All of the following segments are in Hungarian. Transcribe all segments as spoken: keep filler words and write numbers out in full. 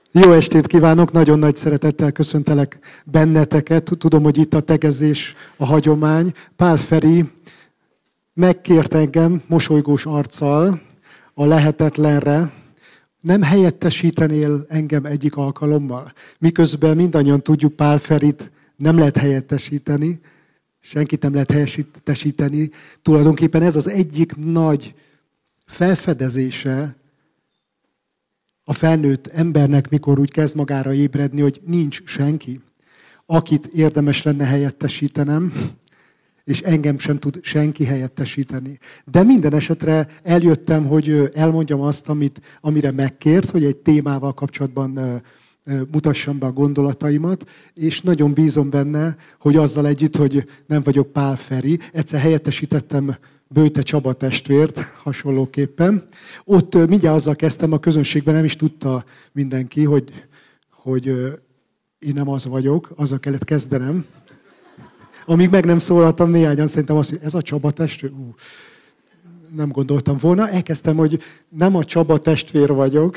Jó estét kívánok, nagyon nagy szeretettel köszöntelek benneteket. Tudom, hogy itt a tegezés a hagyomány. Pál Feri megkért engem mosolygós arccal a lehetetlenre. Nem helyettesítenél engem egyik alkalommal? Miközben mindannyian tudjuk, Pál Ferit nem lehet helyettesíteni, senkit nem lehet helyettesíteni. Tulajdonképpen ez az egyik nagy felfedezése a felnőtt embernek, mikor úgy kezd magára ébredni, hogy nincs senki, akit érdemes lenne helyettesítenem, és engem sem tud senki helyettesíteni. De minden esetre eljöttem, hogy elmondjam azt, amit, amire megkért, hogy egy témával kapcsolatban mutassam be a gondolataimat, és nagyon bízom benne, hogy azzal együtt, hogy nem vagyok Pál Feri, egyszer helyettesítettem Böjte Csaba testvért hasonlóképpen. Ott mindjárt azzal kezdtem, a közönségben nem is tudta mindenki, hogy, hogy én nem az vagyok, azzal kellett kezdenem. Amíg meg nem szólaltam, néhányan szerintem azt, hogy ez a Csaba testvér, ú, nem gondoltam volna. Elkezdtem, hogy nem a Csaba testvér vagyok,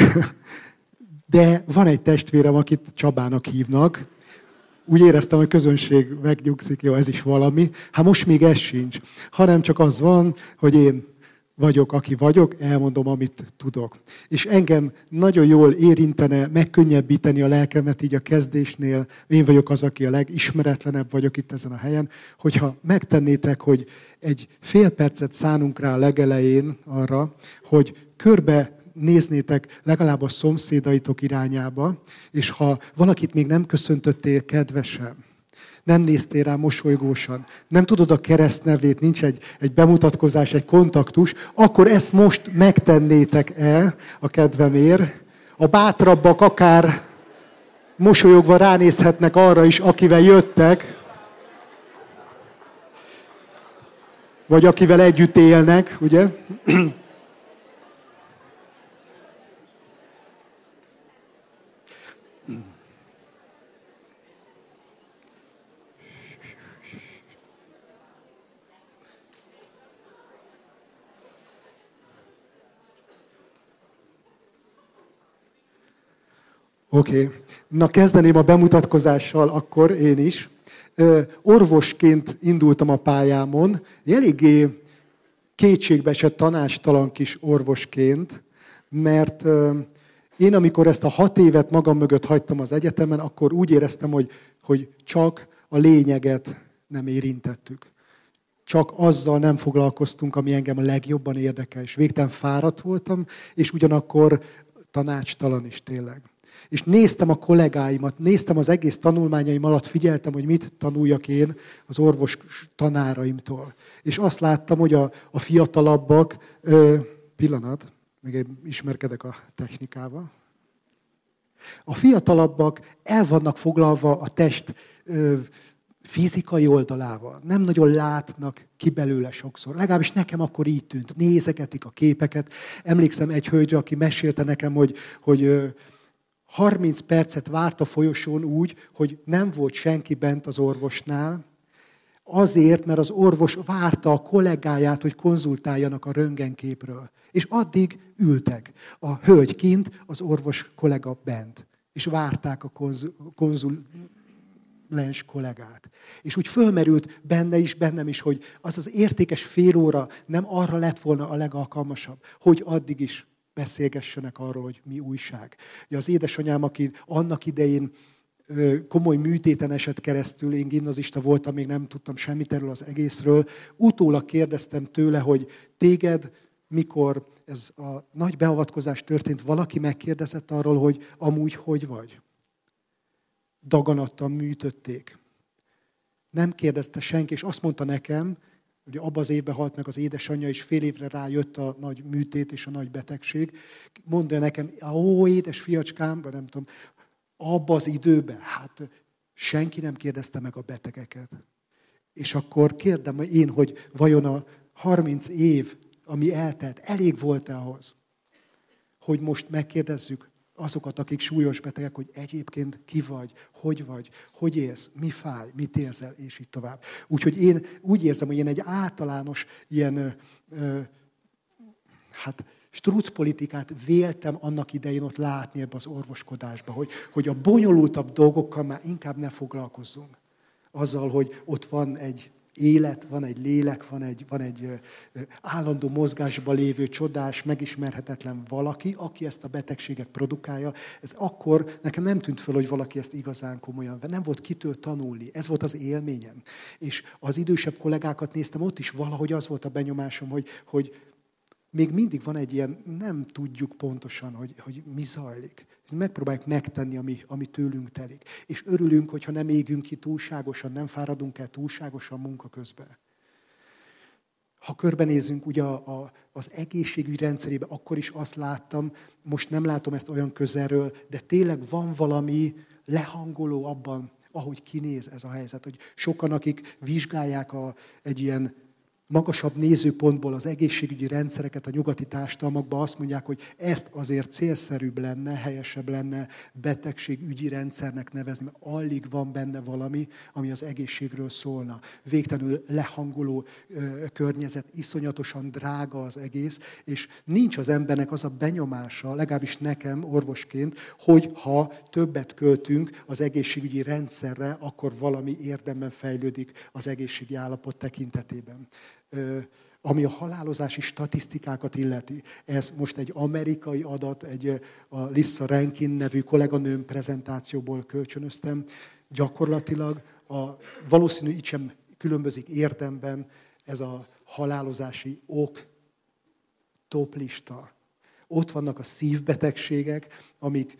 de van egy testvérem, akit Csabának hívnak. Úgy éreztem, hogy közönség megnyugszik, jó, ez is valami. Hát most még ez sincs, hanem csak az van, hogy én vagyok, aki vagyok, elmondom, amit tudok. És engem nagyon jól érintene, megkönnyebbíteni a lelkemet így a kezdésnél. Én vagyok az, aki a legismeretlenebb vagyok itt ezen a helyen, hogyha megtennétek, hogy egy fél percet szánunk rá a legelején arra, hogy körbe néznétek legalább a szomszédaitok irányába, és ha valakit még nem köszöntöttél kedvesen, nem néztél rá mosolygósan, nem tudod a keresztnevét, nincs egy, egy bemutatkozás, egy kontaktus, akkor ezt most megtennétek-e a kedvemért. A bátrabbak akár mosolyogva ránézhetnek arra is, akivel jöttek, vagy akivel együtt élnek, ugye? Oké. Okay. Na, kezdeném a bemutatkozással akkor én is. Orvosként indultam a pályámon, eléggé kétségbeesett, tanácstalan kis orvosként, mert én, amikor ezt a hat évet magam mögött hagytam az egyetemen, akkor úgy éreztem, hogy, hogy csak a lényeget nem érintettük. Csak azzal nem foglalkoztunk, ami engem a legjobban érdekel. És végtelen fáradt voltam, és ugyanakkor tanácstalan is tényleg. És néztem a kollégáimat, néztem az egész tanulmányaim alatt, figyeltem, hogy mit tanuljak én az orvos tanáraimtól. És azt láttam, hogy a, a fiatalabbak, ö, pillanat, még én ismerkedek a technikával, a fiatalabbak el vannak foglalva a test ö, fizikai oldalával. Nem nagyon látnak ki belőle sokszor. Legalábbis nekem akkor így tűnt. Nézegetik a képeket. Emlékszem egy hölgyre, aki mesélte nekem, hogy, hogy ö, harminc percet várt a folyosón úgy, hogy nem volt senki bent az orvosnál, azért, mert az orvos várta a kollégáját, hogy konzultáljanak a röntgenképről. És addig ültek. A hölgy kint, az orvos kollega bent. És várták a konzulens kollégát. És úgy fölmerült benne is, bennem is, hogy az az értékes fél óra nem arra lett volna a legalkalmasabb, hogy addig is beszélgessenek arról, hogy mi újság. Ugye az édesanyám, aki annak idején komoly műtéten esett keresztül, én gimnazista voltam, még nem tudtam semmit erről az egészről, utólag kérdeztem tőle, hogy téged, mikor ez a nagy beavatkozás történt, valaki megkérdezett arról, hogy amúgy hogy vagy? Daganattal műtötték. Nem kérdezte senki, és azt mondta nekem, hogy abban az évben halt meg az édesanyja, és fél évre rájött a nagy műtét és a nagy betegség. Mondja nekem, ó, édes fiacskám, vagy nem tudom, abban az időben, hát senki nem kérdezte meg a betegeket. És akkor kérdem én, hogy vajon a harminc év, ami eltelt, elég volt-e ahhoz, hogy most megkérdezzük azokat, akik súlyos betegek, hogy egyébként ki vagy, hogy vagy, hogy élsz, mi fáj, mit érzel, és így tovább. Úgyhogy én úgy érzem, hogy én egy általános ilyen, ö, hát Struc politikát véltem annak idején ott látni ebbe az orvoskodásba, hogy, hogy a bonyolultabb dolgokkal már inkább ne foglalkozzunk. Azzal, hogy ott van egy élet, van egy lélek, van egy, van egy állandó mozgásban lévő, csodás, megismerhetetlen valaki, aki ezt a betegséget produkálja. Ez akkor nekem nem tűnt föl, hogy valaki ezt igazán komolyan, nem volt kitől tanulni. Ez volt az élményem. És az idősebb kollégákat néztem, ott is valahogy az volt a benyomásom, hogy, hogy még mindig van egy ilyen, nem tudjuk pontosan, hogy, hogy mi zajlik. Megpróbáljuk megtenni, ami, ami tőlünk telik. És örülünk, hogyha nem égünk ki túlságosan, nem fáradunk el túlságosan munka közben. Ha körbenézzünk ugye a, a, az egészségügy rendszerébe, akkor is azt láttam, most nem látom ezt olyan közelről, de tényleg van valami lehangoló abban, ahogy kinéz ez a helyzet. Hogy sokan, akik vizsgálják a, egy ilyen magasabb nézőpontból az egészségügyi rendszereket a nyugati társadalmakban, azt mondják, hogy ezt azért célszerűbb lenne, helyesebb lenne betegségügyi rendszernek nevezni, mert alig van benne valami, ami az egészségről szólna. Végtelenül lehangoló ö, környezet, iszonyatosan drága az egész, és nincs az embernek az a benyomása, legalábbis nekem orvosként, hogy ha többet költünk az egészségügyi rendszerre, akkor valami érdemben fejlődik az egészségi állapot tekintetében. Ami a halálozási statisztikákat illeti. Ez most egy amerikai adat, egy a Lissa Rankin nevű kolléganőm prezentációból kölcsönöztem. Gyakorlatilag a, valószínű itt sem különbözik érdemben ez a halálozási ok toplista. Ott vannak a szívbetegségek, amik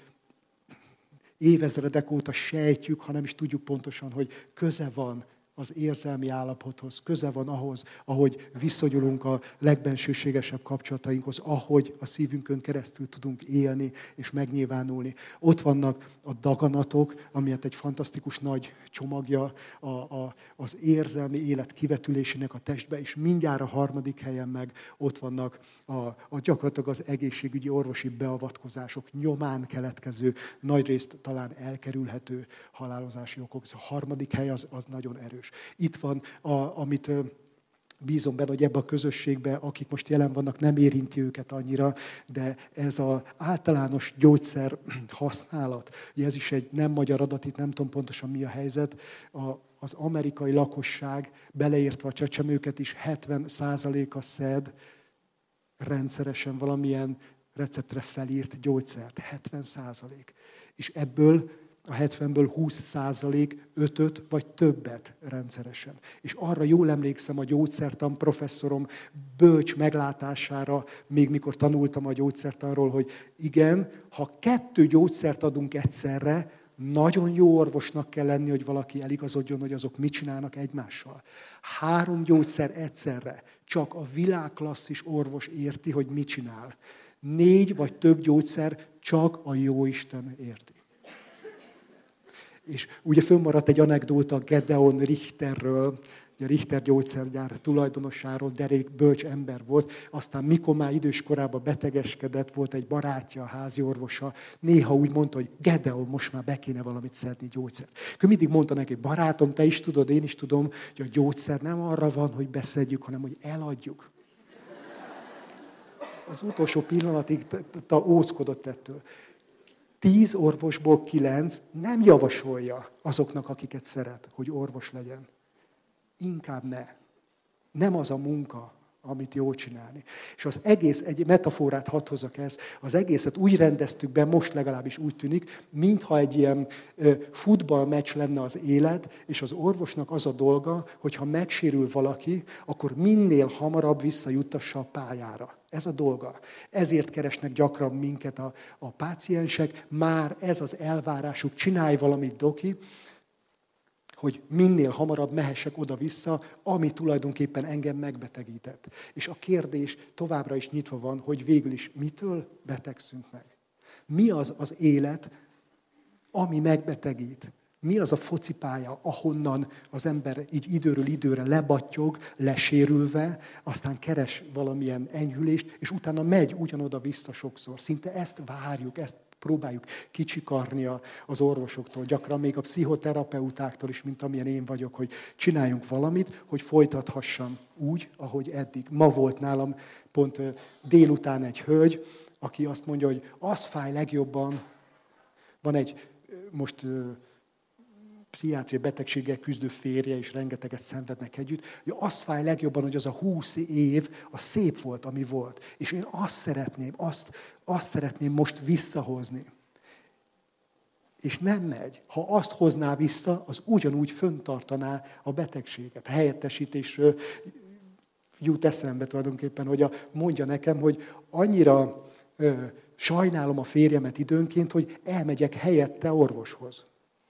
évezredek óta sejtjük, ha nem is tudjuk pontosan, hogy köze van az érzelmi állapothoz, köze van ahhoz, ahogy viszonyulunk a legbensőségesebb kapcsolatainkhoz, ahogy a szívünkön keresztül tudunk élni és megnyilvánulni. Ott vannak a daganatok, amiért egy fantasztikus nagy csomagja a, a, az érzelmi élet kivetülésének a testbe, és mindjárt a harmadik helyen meg ott vannak a, a gyakorlatilag az egészségügyi orvosi beavatkozások nyomán keletkező, nagyrészt talán elkerülhető halálozási okok. A harmadik hely az, az nagyon erős. Itt van, a, amit bízom benne, hogy ebbe a közösségbe, akik most jelen vannak, nem érinti őket annyira, de ez az általános gyógyszer használat. Ugye ez is egy nem magyar adat, itt nem tudom pontosan mi a helyzet. A, az amerikai lakosság, beleértve a csecsemőket is, hetven százaléka szed rendszeresen valamilyen receptre felírt gyógyszert. hetven százalék. És ebből a hetvenből húsz százalék ötöt vagy többet rendszeresen. És arra jól emlékszem a gyógyszertan professzorom bölcs meglátására, még mikor tanultam a gyógyszertanról, hogy igen, ha kettő gyógyszert adunk egyszerre, nagyon jó orvosnak kell lenni, hogy valaki eligazodjon, hogy azok mit csinálnak egymással. Három gyógyszer egyszerre, csak a világklasszis orvos érti, hogy mit csinál. Négy vagy több gyógyszer csak a Jóisten érti. És ugye fönnmaradt egy anekdóta Gedeon Richterről, a Richter gyógyszergyár tulajdonosáról, derék bölcs ember volt. Aztán mikor már idős korában betegeskedett, volt egy barátja, a házi orvosa, néha úgy mondta, hogy Gedeon, most már be kéne valamit szedni gyógyszert. Ő mindig mondta neki, barátom, te is tudod, én is tudom, hogy a gyógyszer nem arra van, hogy beszedjük, hanem hogy eladjuk. Az utolsó pillanatig óckodott ettől. Tíz orvosból kilenc nem javasolja azoknak, akiket szeret, hogy orvos legyen. Inkább ne. Nem az a munka, amit jól csinálni. És az egész, egy metaforát hadd hozzak ezt, az egészet úgy rendeztük be, most legalábbis úgy tűnik, mintha egy ilyen futballmeccs lenne az élet, és az orvosnak az a dolga, hogyha megsérül valaki, akkor minél hamarabb visszajuttassa a pályára. Ez a dolga. Ezért keresnek gyakran minket a, a páciensek, már ez az elvárásuk, csinálj valamit, doki, hogy minél hamarabb mehessek oda-vissza, ami tulajdonképpen engem megbetegített. És a kérdés továbbra is nyitva van, hogy végül is mitől betegszünk meg. Mi az az élet, ami megbetegít? Mi az a focipálya, ahonnan az ember így időről időre lebattyog, lesérülve, aztán keres valamilyen enyhülést, és utána megy ugyanoda vissza sokszor. Szinte ezt várjuk, ezt próbáljuk kicsikarni az orvosoktól, gyakran még a pszichoterapeutáktól is, mint amilyen én vagyok, hogy csináljunk valamit, hogy folytathassam úgy, ahogy eddig. Ma volt nálam pont délután egy hölgy, aki azt mondja, hogy az fáj legjobban, van egy most pszichiátriai betegséggel küzdő férje, és rengeteget szenvednek együtt, hogy azt fáj legjobban, hogy az a húsz év, az szép volt, ami volt. És én azt szeretném, azt, azt szeretném most visszahozni. És nem megy. Ha azt hozná vissza, az ugyanúgy föntartaná a betegséget. A helyettesítésről jut eszembe tulajdonképpen, hogy a, mondja nekem, hogy annyira ö, sajnálom a férjemet időnként, hogy elmegyek helyette orvoshoz.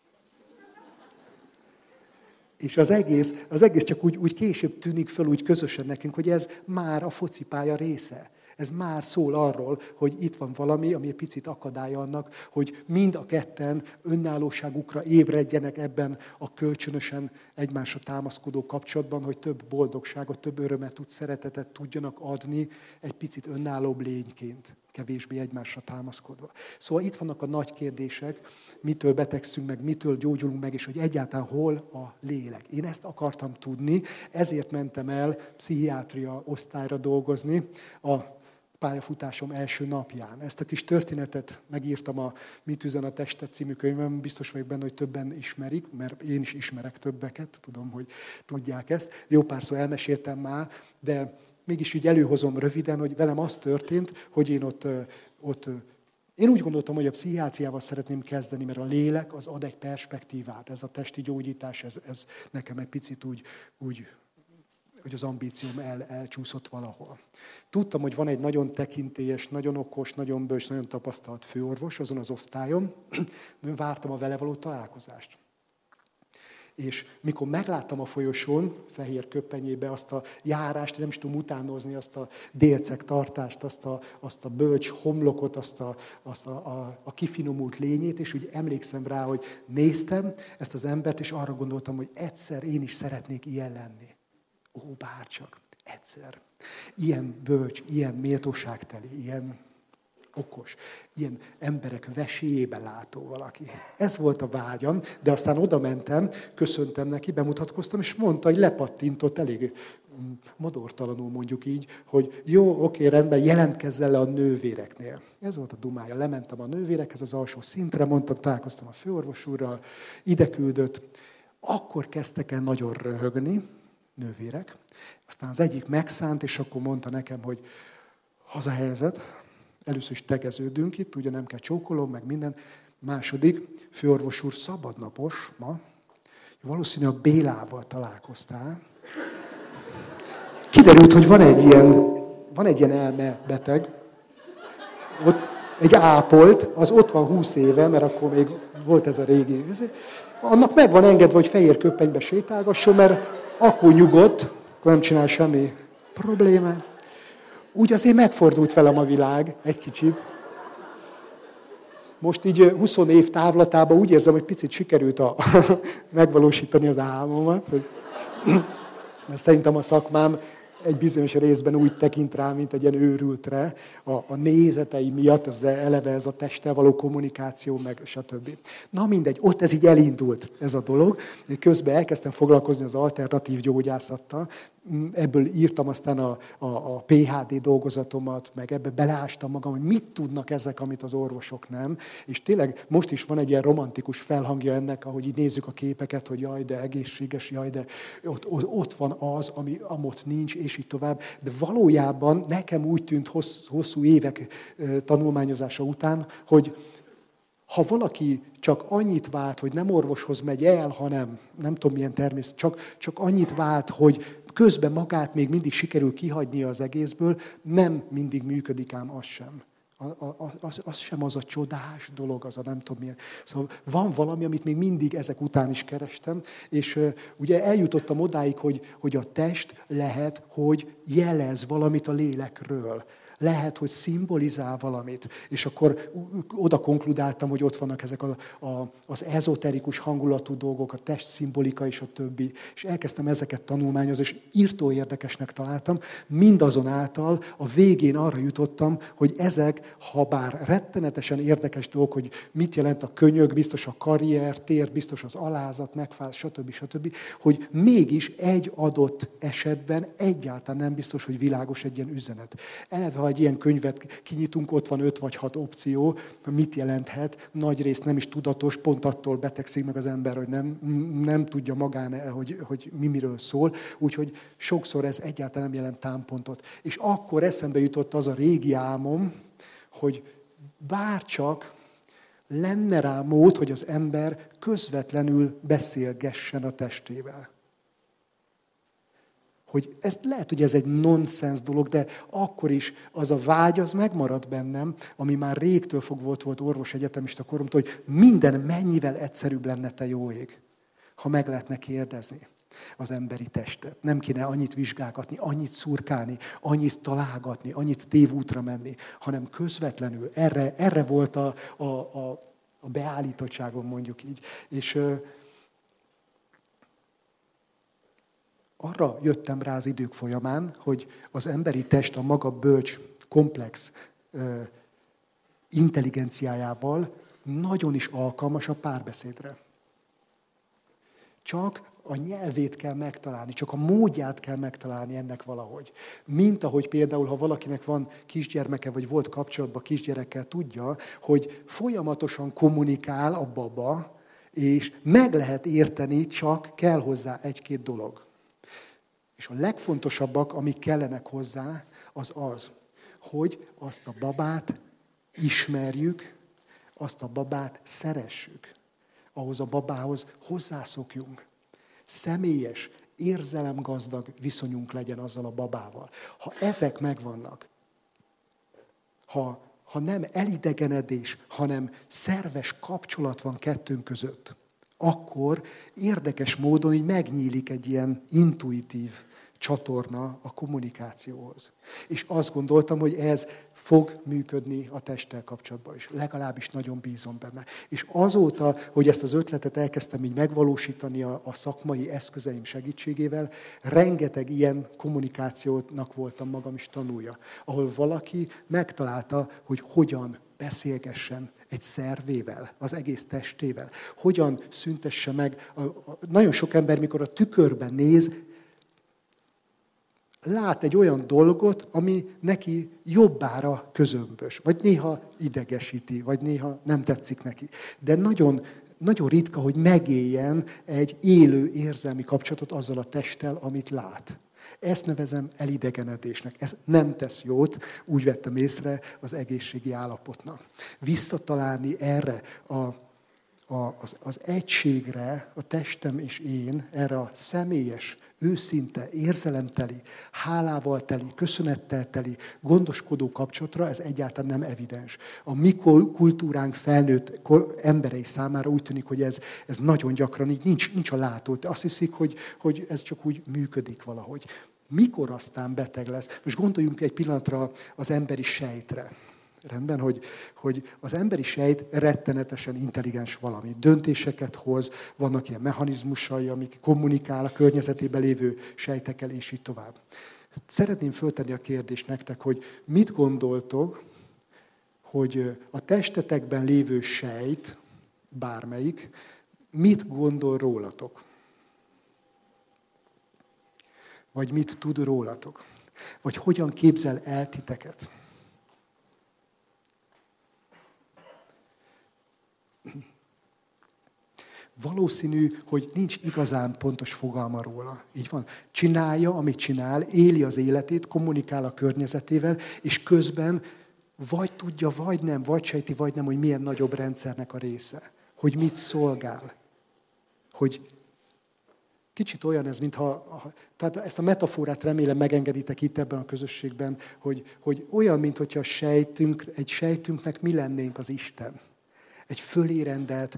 És az egész, az egész csak úgy, úgy később tűnik föl, úgy közösen nekünk, hogy ez már a focipálya része. Ez már szól arról, hogy itt van valami, ami egy picit akadálya annak, hogy mind a ketten önállóságukra ébredjenek ebben a kölcsönösen egymásra támaszkodó kapcsolatban, hogy több boldogságot, több örömet tud, szeretetet tudjanak adni egy picit önállóbb lényként, kevésbé egymásra támaszkodva. Szóval itt vannak a nagy kérdések, mitől betegszünk meg, mitől gyógyulunk meg, és hogy egyáltalán hol a lélek. Én ezt akartam tudni, ezért mentem el pszichiátria osztályra dolgozni a pályafutásom első napján. Ezt a kis történetet megírtam a Mit üzen a tested című könyvem, biztos vagyok benne, hogy többen ismerik, mert én is ismerek többeket, tudom, hogy tudják ezt. Jó párszor elmeséltem már, de mégis így előhozom röviden, hogy velem az történt, hogy én ott, ott én úgy gondoltam, hogy a pszichiátriával szeretném kezdeni, mert a lélek az ad egy perspektívát. Ez a testi gyógyítás, ez, ez nekem egy picit úgy, úgy hogy az ambícióm el, elcsúszott valahol. Tudtam, hogy van egy nagyon tekintélyes, nagyon okos, nagyon bölcs, nagyon tapasztalt főorvos azon az osztályon. Vártam a vele való találkozást. És mikor megláttam a folyosón, fehér köppenyébe azt a járást, nem is tudom utánozni, azt a délceg tartást, azt a, azt a bölcs homlokot, azt, a, azt a, a, a kifinomult lényét, és úgy emlékszem rá, hogy néztem ezt az embert, és arra gondoltam, hogy egyszer én is szeretnék ilyen lenni. Ó, bárcsak, egyszer. Ilyen bölcs, ilyen méltóságteli, ilyen okos, ilyen emberek vesélyébe látó valaki. Ez volt a vágyam, de aztán oda mentem, köszöntem neki, bemutatkoztam, és mondta, hogy lepattintott elég modortalanul mondjuk így, hogy jó, oké, rendben, jelentkezzen le a nővéreknél. Ez volt a dumája. Lementem a nővérekhez, az alsó szintre, mondtam, találkoztam a főorvos úrral, ide küldött. Akkor kezdtek el nagyon röhögni, nővérek. Aztán az egyik megszánt, és akkor mondta nekem, hogy az a helyzet, először is tegeződünk itt, ugye nem kell csókolom, meg minden. Második, főorvos úr szabadnapos ma, valószínűleg a Bélával találkoztál. Kiderült, hogy van egy ilyen, van egy ilyen elmebeteg, ott egy ápolt, az ott van húsz éve, mert akkor még volt ez a régi. Annak meg van engedve, hogy fehér köppenybe sétálgasson, mert akkor nyugodt, akkor nem csinál semmi problémát. Úgy azért megfordult velem a világ egy kicsit. Most így húsz év távlatában úgy érzem, hogy picit sikerült a, megvalósítani az álmomat. Hogy, mert szerintem a szakmám egy bizonyos részben úgy tekint rá, mint egy ilyen őrültre, a, a nézetei miatt, ez eleve ez a testtel való kommunikáció, meg stb. Na mindegy, ott ez így elindult, ez a dolog. Közben elkezdtem foglalkozni az alternatív gyógyászattal, ebből írtam aztán a, a, a pé há dé dolgozatomat, meg ebbe beleástam magam, hogy mit tudnak ezek, amit az orvosok nem. És tényleg most is van egy ilyen romantikus felhangja ennek, ahogy így nézzük a képeket, hogy jaj, de egészséges, jaj, de ott, ott, ott van az, ami amott nincs, és így tovább. De valójában nekem úgy tűnt hossz, hosszú évek tanulmányozása után, hogy ha valaki csak annyit vált, hogy nem orvoshoz megy el, hanem nem tudom milyen természet, csak, csak annyit vált, hogy közben magát még mindig sikerül kihagynia az egészből, nem mindig működik ám az sem. Az, az sem az a csodás dolog, az a nem tudom milyen. Szóval van valami, amit még mindig ezek után is kerestem, és uh, ugye eljutottam odáig, hogy, hogy a test lehet, hogy jelez valamit a lélekről. lehet, hogy szimbolizál valamit. És akkor oda konkludáltam, hogy ott vannak ezek a, a, az ezoterikus hangulatú dolgok, a testszimbolika és a többi. És elkezdtem ezeket tanulmányozni, és írtó érdekesnek találtam. Mindazonáltal a végén arra jutottam, hogy ezek, ha bár rettenetesen érdekes dolgok, hogy mit jelent a könyög, biztos a karrier, tér, biztos az alázat, megfáz, stb. stb., hogy mégis egy adott esetben egyáltalán nem biztos, hogy világos egy ilyen üzenet. Eleve, ha egy ilyen könyvet kinyitunk, ott van öt vagy hat opció, mit jelenthet, nagy részt nem is tudatos, pont attól betegszik meg az ember, hogy nem, nem tudja magán, hogy, hogy mi miről szól, úgyhogy sokszor ez egyáltalán nem jelent támpontot. És akkor eszembe jutott az a régi álmom, hogy bárcsak lenne rá mód, hogy az ember közvetlenül beszélgessen a testével. Hogy ez, lehet, hogy ez egy nonsens dolog, de akkor is az a vágy, az megmarad bennem, ami már régtől fogva ott volt orvos egyetemista koromtól, hogy minden mennyivel egyszerűbb lenne, te jó ég, ha meg lehetne kérdezni az emberi testet. Nem kéne annyit vizsgálgatni, annyit szurkálni, annyit találgatni, annyit tévútra menni, hanem közvetlenül. Erre, erre volt a, a, a, a beállítottságom, mondjuk így. És ö, arra jöttem rá az idők folyamán, hogy az emberi test a maga bölcs, komplex ö, intelligenciájával nagyon is alkalmas a párbeszédre. Csak a nyelvét kell megtalálni, csak a módját kell megtalálni ennek valahogy. Mint ahogy például, ha valakinek van kisgyermeke, vagy volt kapcsolatban kisgyerekkel, tudja, hogy folyamatosan kommunikál a baba, és meg lehet érteni, csak kell hozzá egy-két dolog. És a legfontosabbak, amik kellenek hozzá, az az, hogy azt a babát ismerjük, azt a babát szeressük. Ahhoz a babához hozzászokjunk. Személyes, érzelemgazdag viszonyunk legyen azzal a babával. Ha ezek megvannak, ha, ha nem elidegenedés, hanem szerves kapcsolat van kettőnk között, akkor érdekes módon így megnyílik egy ilyen intuitív csatorna a kommunikációhoz. És azt gondoltam, hogy ez fog működni a testtel kapcsolatban is. Legalábbis nagyon bízom benne. És azóta, hogy ezt az ötletet elkezdtem így megvalósítani a, a szakmai eszközeim segítségével, rengeteg ilyen kommunikációnak voltam magam is tanulja, ahol valaki megtalálta, hogy hogyan beszélgessen egy szervével, az egész testével. Hogyan szüntesse meg. A, a, nagyon sok ember, mikor a tükörben néz, lát egy olyan dolgot, ami neki jobbára közömbös, vagy néha idegesíti, vagy néha nem tetszik neki. De nagyon, nagyon ritka, hogy megéljen egy élő érzelmi kapcsolatot azzal a testtel, amit lát. Ezt nevezem elidegenedésnek. Ez nem tesz jót, úgy vettem észre az egészségi állapotnak. Visszatalálni erre a A, az, az egységre, a testem és én, erre a személyes, őszinte, érzelemteli, hálával teli, köszönettel teli, gondoskodó kapcsolatra, ez egyáltalán nem evidens. A mi kultúránk felnőtt emberei számára úgy tűnik, hogy ez, ez nagyon gyakran így nincs, nincs a látó. Azt hiszik, hogy, hogy ez csak úgy működik valahogy. Mikor aztán beteg lesz? Most gondoljunk egy pillanatra az emberi sejtre. Rendben, hogy, hogy az emberi sejt rettenetesen intelligens valami. Döntéseket hoz, vannak ilyen mechanizmusai, amik kommunikál a környezetében lévő sejtekkel, és így tovább. Szeretném föltenni a kérdést nektek, hogy mit gondoltok, hogy a testetekben lévő sejt, bármelyik, mit gondol rólatok? Vagy mit tud rólatok? Vagy hogyan képzel el titeket? Valószínű, hogy nincs igazán pontos fogalma róla. Így van. Csinálja, amit csinál, éli az életét, kommunikál a környezetével, és közben vagy tudja, vagy nem, vagy sejti, vagy nem, hogy milyen nagyobb rendszernek a része. Hogy mit szolgál. Hogy kicsit olyan ez, mintha, tehát ezt a metaforát remélem megengeditek itt ebben a közösségben, hogy, hogy olyan, mintha a sejtünk, egy sejtünknek mi lennénk az Isten. Egy fölérendelt,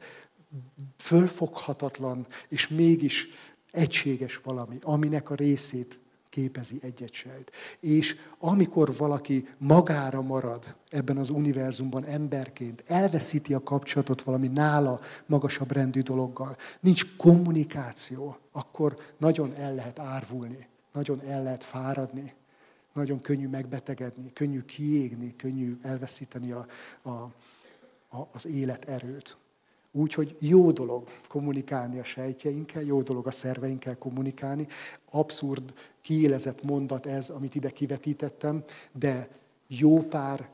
fölfoghatatlan, és mégis egységes valami, aminek a részét képezi egy-egy sejt. És amikor valaki magára marad ebben az univerzumban emberként, elveszíti a kapcsolatot valami nála magasabb rendű dologgal, nincs kommunikáció, akkor nagyon el lehet árvulni, nagyon el lehet fáradni, nagyon könnyű megbetegedni, könnyű kiégni, könnyű elveszíteni a, a, a, az életerőt. Úgyhogy jó dolog kommunikálni a sejtjeinkkel, jó dolog a szerveinkkel kommunikálni. Abszurd, kiélezett mondat ez, amit ide kivetítettem, de jó pár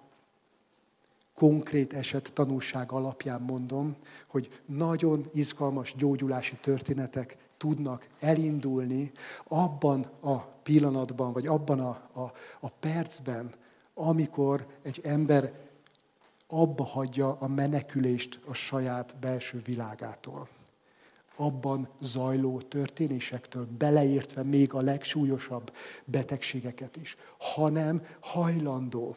konkrét eset tanulság alapján mondom, hogy nagyon izgalmas gyógyulási történetek tudnak elindulni abban a pillanatban, vagy abban a, a, a percben, amikor egy ember abba hagyja a menekülést a saját belső világától. Abban zajló történésektől, beleértve még a legsúlyosabb betegségeket is, hanem hajlandó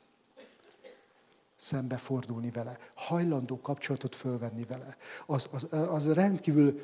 szembefordulni vele, hajlandó kapcsolatot fölvenni vele. Az, az, az rendkívül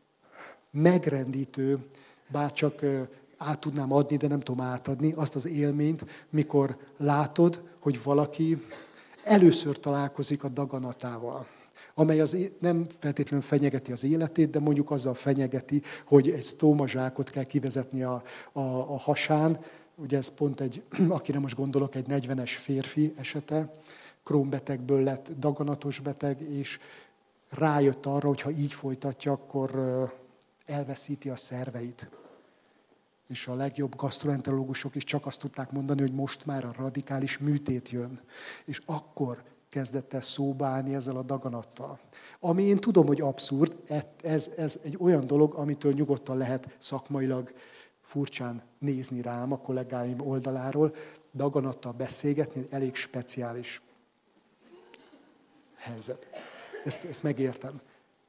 megrendítő, bár csak át tudnám adni, de nem tudom átadni, azt az élményt, mikor látod, hogy valaki először találkozik a daganatával, amely az, nem feltétlenül fenyegeti az életét, de mondjuk azzal fenyegeti, hogy egy sztómazsákot kell kivezetni a, a, a hasán. Ugye ez pont egy, akire most gondolok, egy negyvenes férfi esete, Crohn-betegből lett daganatos beteg, és rájött arra, hogy ha így folytatja, akkor elveszíti a szerveit. És a legjobb gasztroenterológusok is csak azt tudták mondani, hogy most már a radikális műtét jön. És akkor kezdett el szóba állni ezzel a daganattal. Ami én tudom, hogy abszurd, ez, ez egy olyan dolog, amitől nyugodtan lehet szakmailag furcsán nézni rám a kollégáim oldaláról, daganattal beszélgetni, elég speciális helyzet. Ezt, ezt megértem.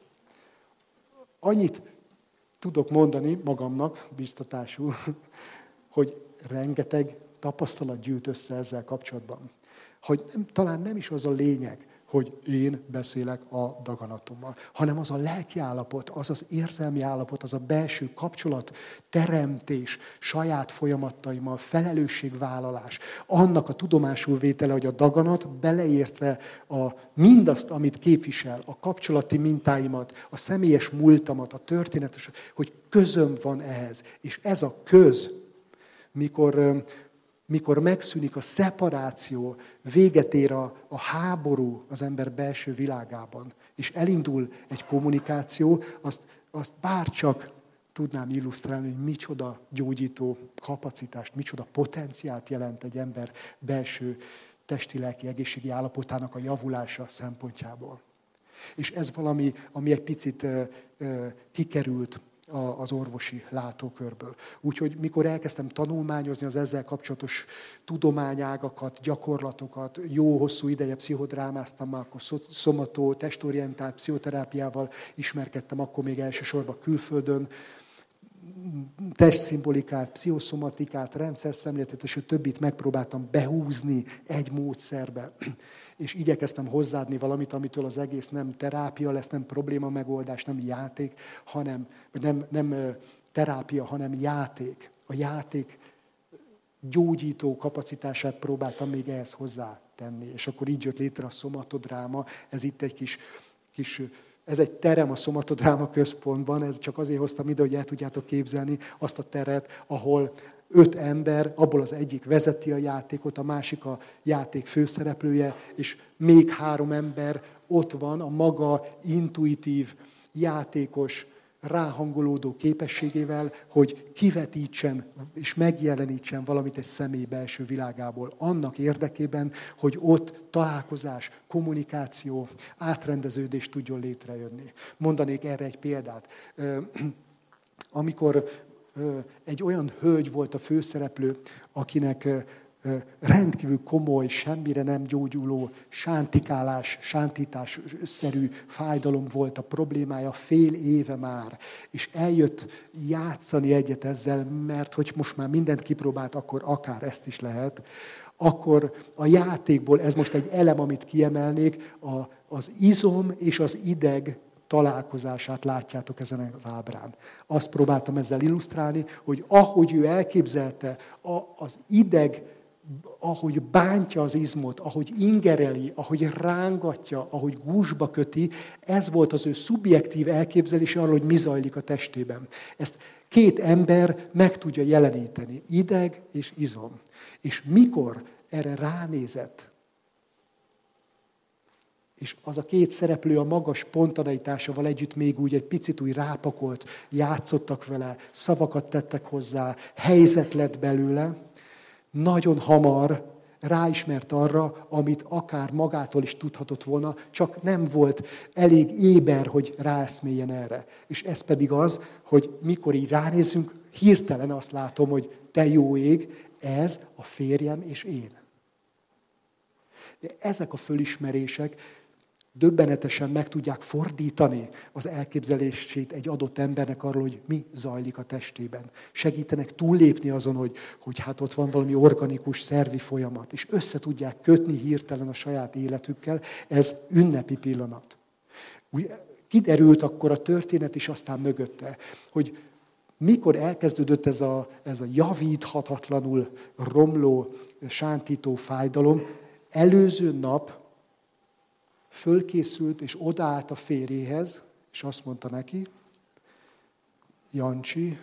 Annyit tudok mondani magamnak, biztatásul, hogy rengeteg tapasztalat gyűlt össze ezzel kapcsolatban. Hogy nem, talán nem is az a lényeg, hogy én beszélek a daganatommal, hanem az a lelki állapot, az az érzelmi állapot, az a belső kapcsolat, teremtés, saját folyamataimmal, felelősségvállalás, annak a tudomásul vétele, hogy a daganat beleértve a, mindazt, amit képvisel, a kapcsolati mintáimat, a személyes múltamat, a történetes, hogy közöm van ehhez. És ez a köz, mikor... Mikor megszűnik a szeparáció, véget ér a, a háború az ember belső világában, és elindul egy kommunikáció, azt, azt bárcsak tudnám illusztrálni, hogy micsoda gyógyító kapacitást, micsoda potenciált jelent egy ember belső testi-lelki egészségi állapotának a javulása szempontjából. És ez valami, ami egy picit ö, ö, kikerült az orvosi látókörből. Úgyhogy mikor elkezdtem tanulmányozni az ezzel kapcsolatos tudományágakat, gyakorlatokat, jó hosszú ideje pszichodrámáztam, már akkor szomató, testorientált pszichoterápiával ismerkedtem, akkor még elsősorban külföldön, testszimbolikált, pszichoszomatikát, rendszerszemléletet, és a többit megpróbáltam behúzni egy módszerbe. És igyekeztem hozzáadni valamit, amitől az egész nem terápia lesz, nem probléma megoldás, nem játék, hanem, vagy nem, nem terápia, hanem játék. A játék gyógyító kapacitását próbáltam még ehhez hozzátenni. És akkor így jött létre a szomatodráma, ez itt egy kis... kis Ez egy terem a szomatodráma központban, ez csak azért hoztam ide, hogy el tudjátok képzelni azt a teret, ahol öt ember, abból az egyik vezeti a játékot, a másik a játék főszereplője, és még három ember ott van a maga intuitív, játékos, ráhangolódó képességével, hogy kivetítsen és megjelenítsen valamit egy személy belső világából. Annak érdekében, hogy ott találkozás, kommunikáció, átrendeződés tudjon létrejönni. Mondanék erre egy példát. Amikor egy olyan hölgy volt a főszereplő, akinek rendkívül komoly, semmire nem gyógyuló sántikálás, sántításszerű fájdalom volt a problémája fél éve már. És eljött játszani egyet ezzel, mert hogy most már mindent kipróbált, akkor akár ezt is lehet. Akkor a játékból, ez most egy elem, amit kiemelnék, a, az izom és az ideg találkozását látjátok ezen az ábrán. Azt próbáltam ezzel illusztrálni, hogy ahogy ő elképzelte, az ideg, ahogy bántja az izmot, ahogy ingereli, ahogy rángatja, ahogy gúzsba köti, ez volt az ő szubjektív elképzelése arról, hogy mi zajlik a testében. Ezt két ember meg tudja jeleníteni, ideg és izom. És mikor erre ránézett, és az a két szereplő a magas spontaneitásával együtt még úgy egy picit úgy rápakolt, játszottak vele, szavakat tettek hozzá, helyzet lett belőle, nagyon hamar ráismert arra, amit akár magától is tudhatott volna, csak nem volt elég éber, hogy ráeszméljen erre. És ez pedig az, hogy mikor így ránézünk, hirtelen azt látom, hogy te jó ég, ez a férjem és én. De ezek a fölismerések döbbenetesen meg tudják fordítani az elképzelését egy adott embernek arról, hogy mi zajlik a testében. Segítenek túllépni azon, hogy, hogy hát ott van valami organikus szervi folyamat, és össze tudják kötni hirtelen a saját életükkel. Ez ünnepi pillanat. Úgy kiderült akkor a történet is aztán mögötte, hogy mikor elkezdődött ez a, ez a javíthatatlanul romló, sántító fájdalom, előző nap fölkészült, és odaállt a férjéhez, és azt mondta neki, Jancsi,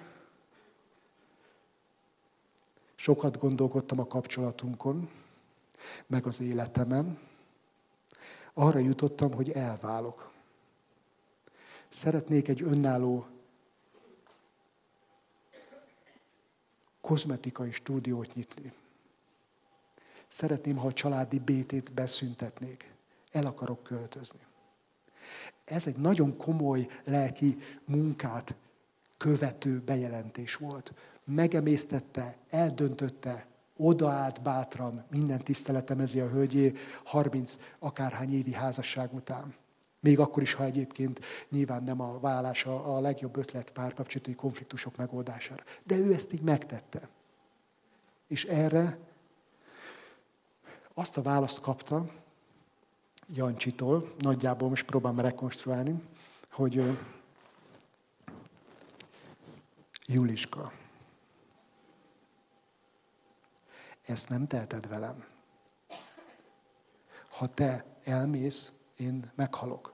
sokat gondolkodtam a kapcsolatunkon, meg az életemen. Arra jutottam, hogy elválok. Szeretnék egy önálló kozmetikai stúdiót nyitni. Szeretném, ha a családi bétét beszüntetnék. El akarok költözni. Ez egy nagyon komoly lelki munkát követő bejelentés volt. Megemésztette, eldöntötte, odaállt bátran, minden tiszteletem ezé a hölgyé, harminc akárhány évi házasság után. Még akkor is, ha egyébként nyilván nem a vállás a, a legjobb ötlet párkapcsolati konfliktusok megoldására. De ő ezt így megtette. És erre azt a választ kapta, Jancsitól, nagyjából most próbálom rekonstruálni, hogy Juliska, ezt nem teheted velem. Ha te elmész, én meghalok.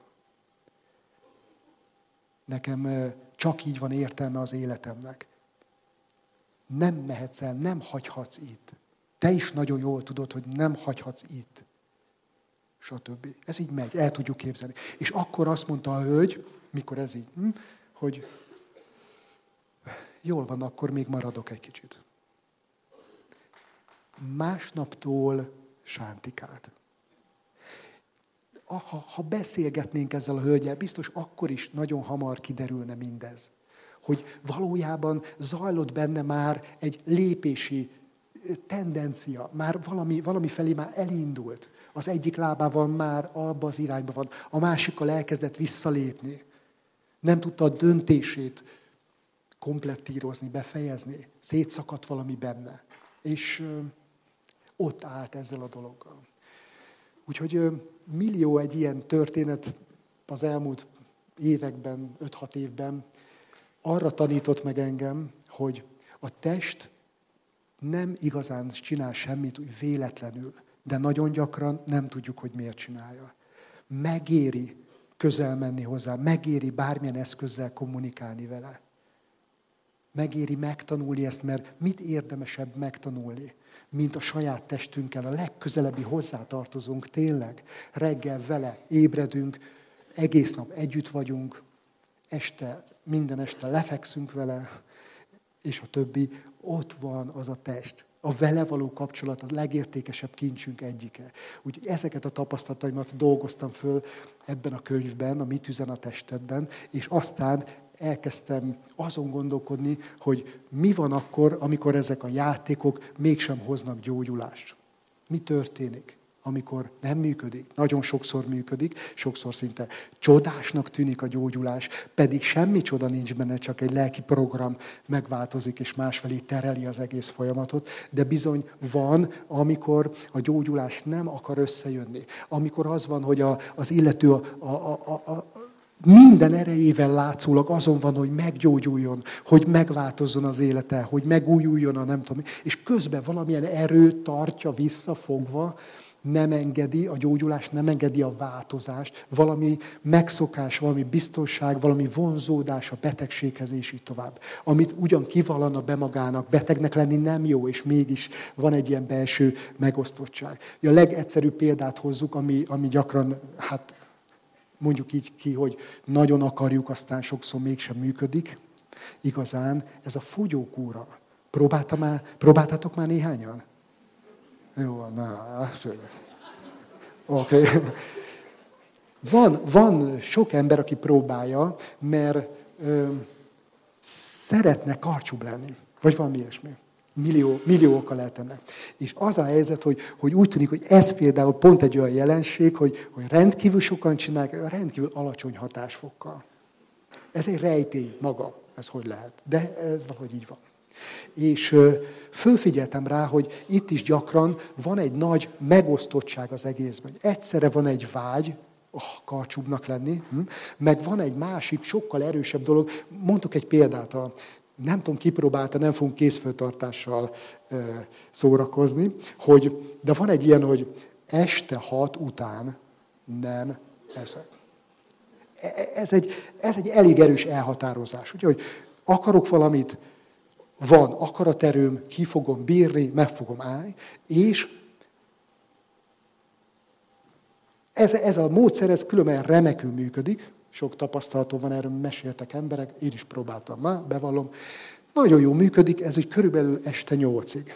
Nekem csak így van értelme az életemnek. Nem mehetsz el, nem hagyhatsz itt. Te is nagyon jól tudod, hogy nem hagyhatsz itt. Stb. Ez így megy, el tudjuk képzelni. És akkor azt mondta a hölgy, mikor ez így, hogy jól van, akkor még maradok egy kicsit. Másnaptól sántikált. Ha, ha beszélgetnénk ezzel a hölgyel, biztos akkor is nagyon hamar kiderülne mindez. Hogy valójában zajlott benne már egy lépési tendencia, már valami, valami felé már elindult. Az egyik lábával már abba az irányba van, a másikkal elkezdett visszalépni. Nem tudta a döntését komplettírozni, befejezni. Szétszakadt valami benne. És ott állt ezzel a dologgal. Úgyhogy millió egy ilyen történet az elmúlt években, öt-hat évben arra tanított meg engem, hogy a test nem igazán csinál semmit úgy véletlenül, de nagyon gyakran nem tudjuk, hogy miért csinálja. Megéri közel menni hozzá, megéri bármilyen eszközzel kommunikálni vele. Megéri megtanulni ezt, mert mit érdemesebb megtanulni, mint a saját testünkkel, a legközelebbi hozzátartozunk tényleg. Reggel vele ébredünk, egész nap együtt vagyunk, este, minden este lefekszünk vele, és a többi, ott van az a test. A vele való kapcsolat a legértékesebb kincsünk egyike. Úgyhogy ezeket a tapasztalataimat dolgoztam föl ebben a könyvben, a Mit üzen a testedben, és aztán elkezdtem azon gondolkodni, hogy mi van akkor, amikor ezek a játékok mégsem hoznak gyógyulást. Mi történik, amikor nem működik? Nagyon sokszor működik, sokszor szinte csodásnak tűnik a gyógyulás, pedig semmi csoda nincs benne, csak egy lelki program megváltozik, és másfelé tereli az egész folyamatot, de bizony van, amikor a gyógyulás nem akar összejönni. Amikor az van, hogy a, az illető a, a, a, a minden erejével látszólag azon van, hogy meggyógyuljon, hogy megváltozzon az élete, hogy megújuljon a nem tudom. És közben valamilyen erő tartja visszafogva, nem engedi a gyógyulást, nem engedi a változást, valami megszokás, valami biztonság, valami vonzódás a betegséghez, és így tovább. Amit ugyan kivallana be magának, betegnek lenni nem jó, és mégis van egy ilyen belső megosztottság. A legegyszerűbb példát hozzuk, ami, ami gyakran, hát mondjuk így ki, hogy nagyon akarjuk, aztán sokszor mégsem működik. Igazán ez a fogyókúra. Próbálta már, próbáltátok már néhányan? Jó, na, oké. Okay. Van, van sok ember, aki próbálja, mert ö, szeretne karcsúbb lenni. Vagy valami ilyesmi. Millió, millió oka lehet ennek. És az a helyzet, hogy, hogy úgy tűnik, hogy ez például pont egy olyan jelenség, hogy, hogy rendkívül sokan csinálják, rendkívül alacsony hatásfokkal. Ez egy rejtély maga, ez hogy lehet. De ez valahogy így van. És fölfigyeltem rá, hogy itt is gyakran van egy nagy megosztottság az egészben. Egyszerre van egy vágy, oh, karcsúbbnak lenni, meg van egy másik, sokkal erősebb dolog. Mondok egy példát, a, nem tudom, kipróbálta, nem fogunk kézföltartással e, szórakozni, hogy, de van egy ilyen, hogy este hat után nem eszek. Ez egy, ez egy elég erős elhatározás. Úgyhogy akarok valamit, van akaraterőm, ki fogom bírni, meg fogom állni, és ez, ez a módszer, ez különben remekül működik, sok tapasztalatom van, erről meséltek emberek, én is próbáltam már, bevallom. Nagyon jól működik, ez egy körülbelül este nyolcig.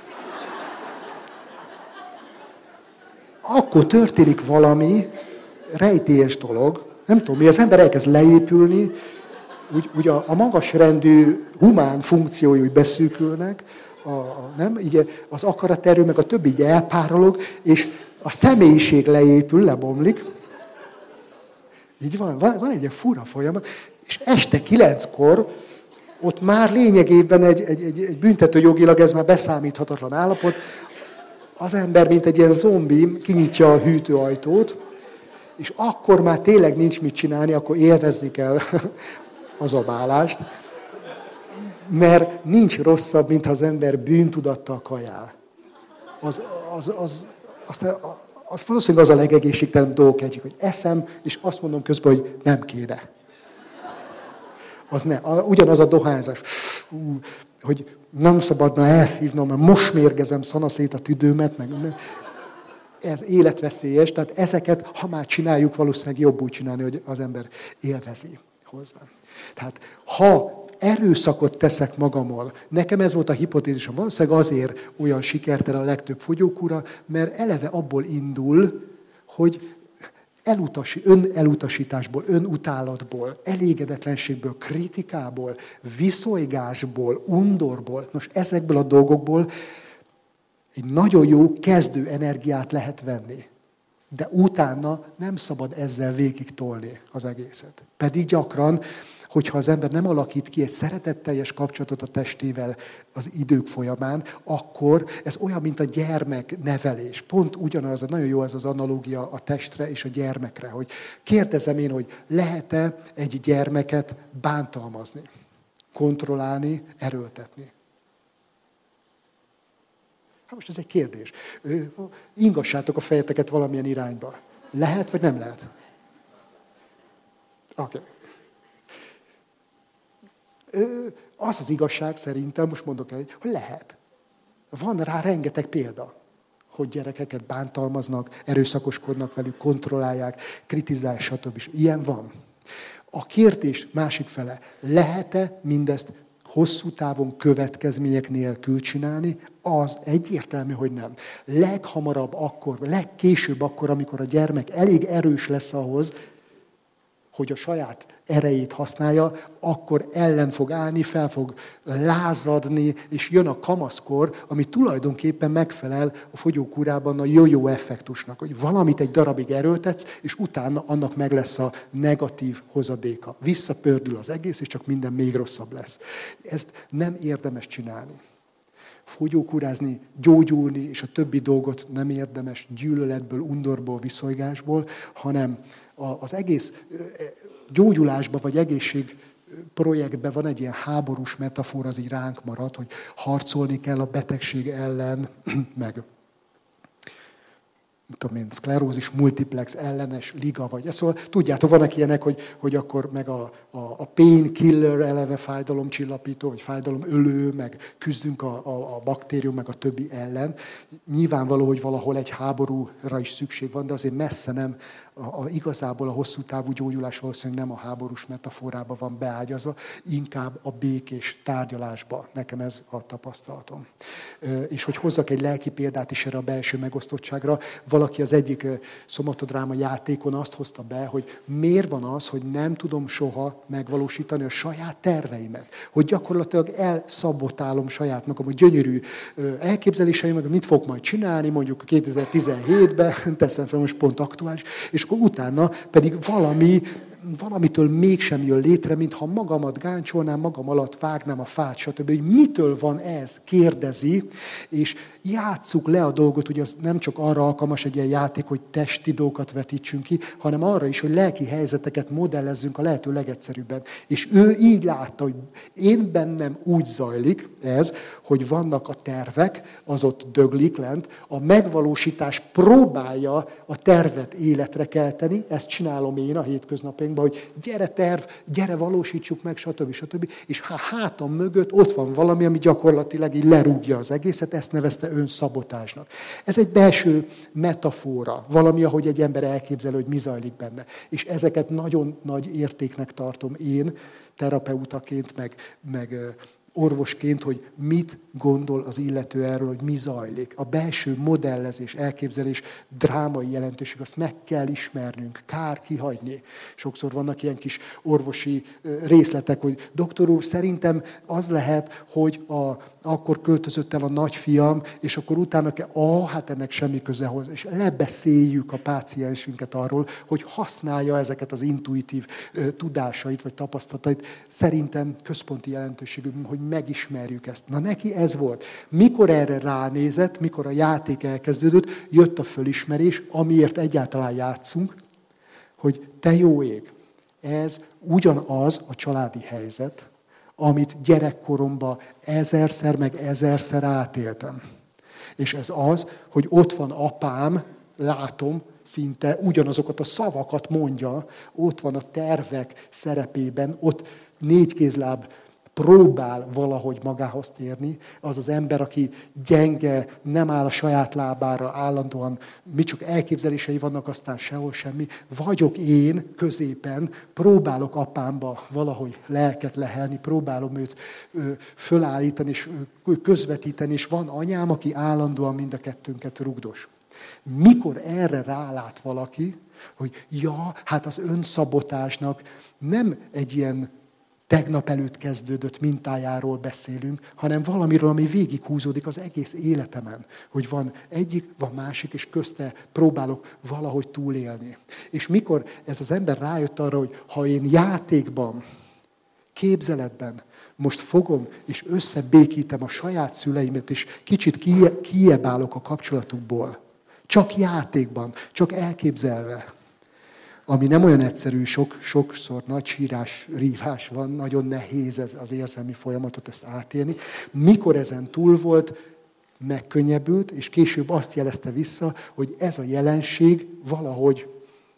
Akkor történik valami rejtélyes dolog, nem tudom mi, az ember elkezd leépülni, úgy, úgy a, a magasrendű humán funkciói úgy beszűkülnek, a, a, nem? Így az akaraterő, meg a többi így elpárolog, és a személyiség leépül, lebomlik. Így van, van, van egy ilyen fura folyamat, és este kilenckor ott már lényegében egy, egy, egy, egy büntetőjogilag ez már beszámíthatatlan állapot, az ember, mint egy ilyen zombi, kinyitja a hűtőajtót, és akkor már tényleg nincs mit csinálni, akkor élvezni kell az abálást, mert nincs rosszabb, mint ha az ember bűntudattal kajál. Az, az, az, az, az valószínűleg az a legegészségtelenebb dolgok egyik, hogy eszem, és azt mondom közben, hogy nem kéne. Az ne, ugyanaz a dohányzás, hogy nem szabadna elszívnom, mert most mérgezem szanaszét a tüdőmet, meg ez életveszélyes, tehát ezeket, ha már csináljuk, valószínűleg jobb úgy csinálni, hogy az ember élvezi hozzá. Tehát ha erőszakot teszek magammal, nekem ez volt a hipotézisem, valószínűleg azért olyan sikertelen a legtöbb fogyókúra, mert eleve abból indul, hogy elutasi, önelutasításból, önutálatból, elégedetlenségből, kritikából, viszolygásból, undorból, most ezekből a dolgokból egy nagyon jó kezdő energiát lehet venni. De utána nem szabad ezzel végig tolni az egészet. Pedig gyakran, hogyha az ember nem alakít ki egy szeretetteljes kapcsolatot a testével az idők folyamán, akkor ez olyan, mint a gyermek nevelés. Pont ugyanaz, nagyon jó ez az analógia a testre és a gyermekre, hogy kérdezem én, hogy lehet-e egy gyermeket bántalmazni, kontrollálni, erőltetni. Hát most ez egy kérdés. Ingassátok a fejeteket valamilyen irányba. Lehet, vagy nem lehet? Oké. Okay. Az az igazság szerintem, most mondok el, hogy lehet. Van rá rengeteg példa, hogy gyerekeket bántalmaznak, erőszakoskodnak velük, kontrollálják, kritizálják, stb. Ilyen van. A kérdés másik fele, lehet-e mindezt hosszú távon következmények nélkül csinálni? Az egyértelmű, hogy nem. Leghamarabb akkor, legkésőbb akkor, amikor a gyermek elég erős lesz ahhoz, hogy a saját erejét használja, akkor ellen fog állni, fel fog lázadni, és jön a kamaszkor, ami tulajdonképpen megfelel a fogyókúrában a jó-jó effektusnak, hogy valamit egy darabig erőltetsz, és utána annak meg lesz a negatív hozadéka. Visszapördül az egész, és csak minden még rosszabb lesz. Ezt nem érdemes csinálni. Fogyókúrázni, gyógyulni, és a többi dolgot nem érdemes gyűlöletből, undorból, viszolygásból, hanem az egész gyógyulásban vagy egészség projektben van egy ilyen háborús metafora, az így ránk marad, hogy harcolni kell a betegség ellen, meg tudom én, szklerózis, multiplex ellenes liga, vagy ez. Szóval tudjátok, vannak ilyenek, hogy, hogy akkor meg a, a, a painkiller eleve fájdalomcsillapító, vagy fájdalomölő, meg küzdünk a, a, a baktérium, meg a többi ellen. Nyilvánvaló, hogy valahol egy háborúra is szükség van, de azért messze nem, a, a, igazából a hosszú távú gyógyulás valószínűleg nem a háborús metaforába van beágyazva, inkább a békés tárgyalásba. Nekem ez a tapasztalatom. És hogy hozzak egy lelki példát is erre a belső megosztottságra, valaki az egyik szomatodráma játékon azt hozta be, hogy miért van az, hogy nem tudom soha megvalósítani a saját terveimet. Hogy gyakorlatilag elszabotálom saját magam, hogy gyönyörű elképzeléseimet, mit fogok majd csinálni, mondjuk kétezer-tizenhétben, teszem fel, most pont aktuális, és akkor utána pedig valami, valamitől mégsem jön létre, mintha magamat gáncsolnám, magam alatt vágnám a fát, stb. Hogy mitől van ez, kérdezi, és játsszuk le a dolgot, ugye az nem csak arra alkalmas egy ilyen játék, hogy testi dolgokat vetítsünk ki, hanem arra is, hogy lelki helyzeteket modellezzünk a lehető legegyszerűbben. És ő így látta, hogy én bennem úgy zajlik ez, hogy vannak a tervek, az ott döglik lent, a megvalósítás próbálja a tervet életre kelteni, ezt csinálom én a hétköznapjainkban, hogy gyere terv, gyere valósítsuk meg, stb. stb. És ha hátam mögött ott van valami, ami gyakorlatilag így lerúgja az egészet, ezt nevezte önszabotásnak. Ez egy belső metafora, valami, ahogy egy ember elképzelő, hogy mi zajlik benne. És ezeket nagyon nagy értéknek tartom én, terapeutaként, meg, meg orvosként, hogy mit gondol az illető erről, hogy mi zajlik. A belső modellezés, elképzelés, drámai jelentőség, azt meg kell ismernünk, kár kihagyni. Sokszor vannak ilyen kis orvosi részletek, hogy doktor úr, szerintem az lehet, hogy a, akkor költözött el a nagyfiam, és akkor utána kell, ah, hát ennek semmi köze hozzá. És lebeszéljük a páciensünket arról, hogy használja ezeket az intuitív tudásait, vagy tapasztalatait. Szerintem központi jelentőségű, hogy megismerjük ezt. Na neki ez volt. Mikor erre ránézett, mikor a játék elkezdődött, jött a fölismerés, amiért egyáltalán játszunk, hogy te jó ég, ez ugyanaz a családi helyzet, amit gyerekkoromban ezerszer meg ezerszer átéltem. És ez az, hogy ott van apám, látom, szinte ugyanazokat a szavakat mondja, ott van a tervek szerepében, ott négy kézláb próbál valahogy magához térni, az az ember, aki gyenge, nem áll a saját lábára, állandóan mit csak elképzelései vannak, aztán sehol semmi. Vagyok én középen, próbálok apámba valahogy lelket lehelni, próbálom őt ö, fölállítani és ö, közvetíteni, és van anyám, aki állandóan mind a kettőnket rugdos. Mikor erre rálát valaki, hogy ja, hát az önszabotásnak nem egy ilyen tegnap előtt kezdődött mintájáról beszélünk, hanem valamiről, ami végighúzódik az egész életemen. Hogy van egyik, van másik, és közte próbálok valahogy túlélni. És mikor ez az ember rájött arra, hogy ha én játékban, képzeletben most fogom, és összebékítem a saját szüleimet, és kicsit kiebálok a kapcsolatukból, csak játékban, csak elképzelve, ami nem olyan egyszerű, sok, sokszor nagy sírás, rívás van, nagyon nehéz ez az érzelmi folyamatot ezt átélni. Mikor ezen túl volt, megkönnyebbült, és később azt jelezte vissza, hogy ez a jelenség valahogy,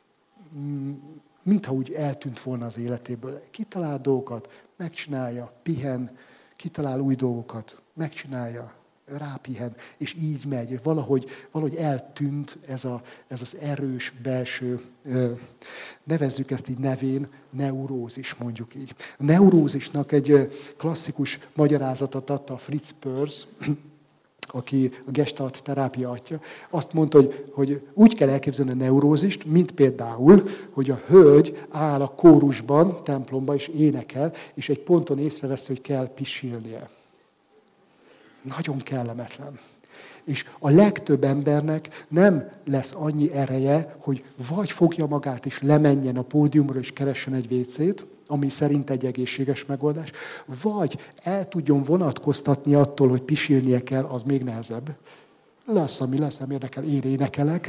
mintha úgy eltűnt volna az életéből. Kitalál dolgokat, megcsinálja, pihen, kitalál új dolgokat, megcsinálja, rápihen, és így megy. Valahogy, valahogy eltűnt ez, a, ez az erős belső, nevezzük ezt így nevén, neurózis, mondjuk így. A neurózisnak egy klasszikus magyarázatot adta a Fritz Perls, aki a gestalt terápia atya, azt mondta, hogy, hogy úgy kell elképzelni a neurózist, mint például, hogy a hölgy áll a kórusban, templomban, és énekel, és egy ponton észrevesz, hogy kell pisilnie. Nagyon kellemetlen. És a legtöbb embernek nem lesz annyi ereje, hogy vagy fogja magát és lemenjen a pódiumra és keressen egy vécét, ami szerint egy egészséges megoldás, vagy el tudjon vonatkoztatni attól, hogy pisilnie kell, az még nehezebb. Lesz, ami lesz, nem érdekel, én énekelek,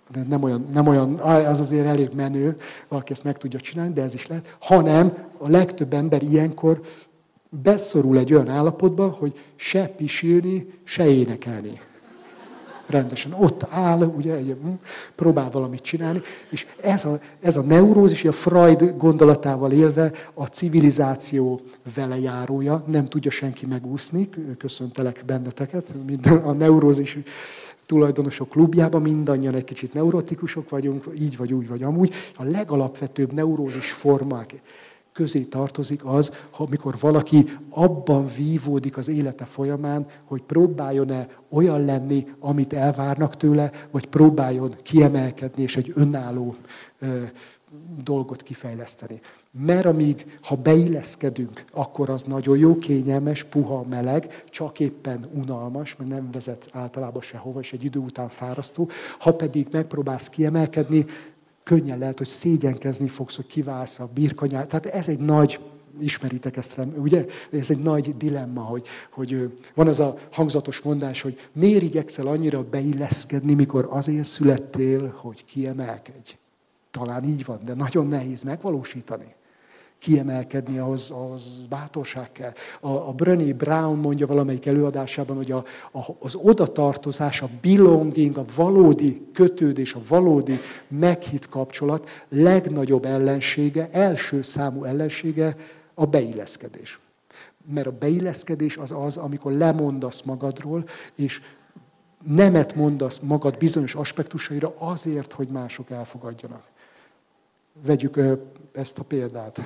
de nem olyan, nem olyan, az azért elég menő, valaki ezt meg tudja csinálni, de ez is lehet, hanem a legtöbb ember ilyenkor beszorul egy olyan állapotba, hogy se pisilni, se énekelni. Rendesen ott áll, ugye, próbál valamit csinálni, és ez a, ez a neurózis, a Freud gondolatával élve a civilizáció velejárója, nem tudja senki megúszni, köszöntelek benneteket, mind a neurózis tulajdonosok klubjában, mindannyian egy kicsit neurotikusok vagyunk, így vagy úgy vagy amúgy. A legalapvetőbb neurózis formák közé tartozik az, amikor valaki abban vívódik az élete folyamán, hogy próbáljon-e olyan lenni, amit elvárnak tőle, vagy próbáljon kiemelkedni, és egy önálló ö, dolgot kifejleszteni. Mert amíg, ha beilleszkedünk, akkor az nagyon jó, kényelmes, puha, meleg, csak éppen unalmas, mert nem vezet általában sehova, és egy idő után fárasztó. Ha pedig megpróbálsz kiemelkedni, könnyen lehet, hogy szégyenkezni fogsz, hogy kiválsz a birkanyát. Tehát ez egy nagy, ismeritek ezt, ugye? Ez egy nagy dilemma, hogy, hogy van ez a hangzatos mondás, hogy miért igyekszel annyira beilleszkedni, mikor azért születtél, hogy kiemelkedj. Talán így van, de nagyon nehéz megvalósítani. Kiemelkedni, ahhoz, ahhoz bátorság kell. A, a Brené Brown mondja valamelyik előadásában, hogy a, a, az odatartozás, a belonging, a valódi kötődés, a valódi meghitt kapcsolat legnagyobb ellensége, első számú ellensége a beilleszkedés. Mert a beilleszkedés az az, amikor lemondasz magadról, és nemet mondasz magad bizonyos aspektusaira azért, hogy mások elfogadjanak. Vegyük ezt a példát.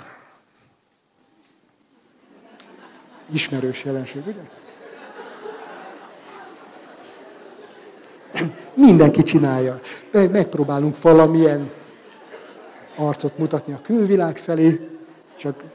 Ismerős jelenség, ugye? Mindenki csinálja. Megpróbálunk valamilyen arcot mutatni a külvilág felé, csak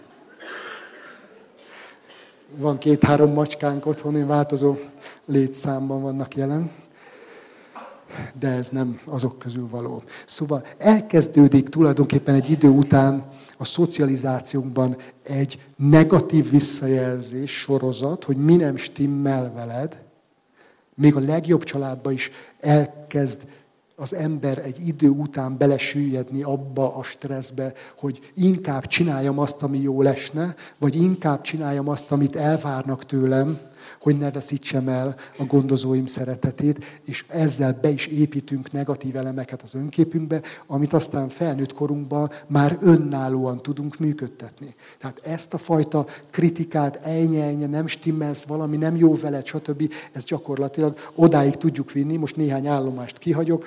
van két-három macskánk otthon, változó létszámban vannak jelen, de ez nem azok közül való. Szóval elkezdődik tulajdonképpen egy idő után a szocializációnkban egy negatív visszajelzés sorozat, hogy mi nem stimmel veled. Még a legjobb családban is elkezd az ember egy idő után belesüllyedni abba a stresszbe, hogy inkább csináljam azt, ami jól esne, vagy inkább csináljam azt, amit elvárnak tőlem, hogy ne veszítsem el a gondozóim szeretetét, és ezzel be is építünk negatív elemeket az önképünkbe, amit aztán felnőtt korunkban már önállóan tudunk működtetni. Tehát ezt a fajta kritikát, ejnye, ejnye, nem stimmelsz, valami nem jó veled, stb. Ez gyakorlatilag odáig tudjuk vinni, most néhány állomást kihagyok,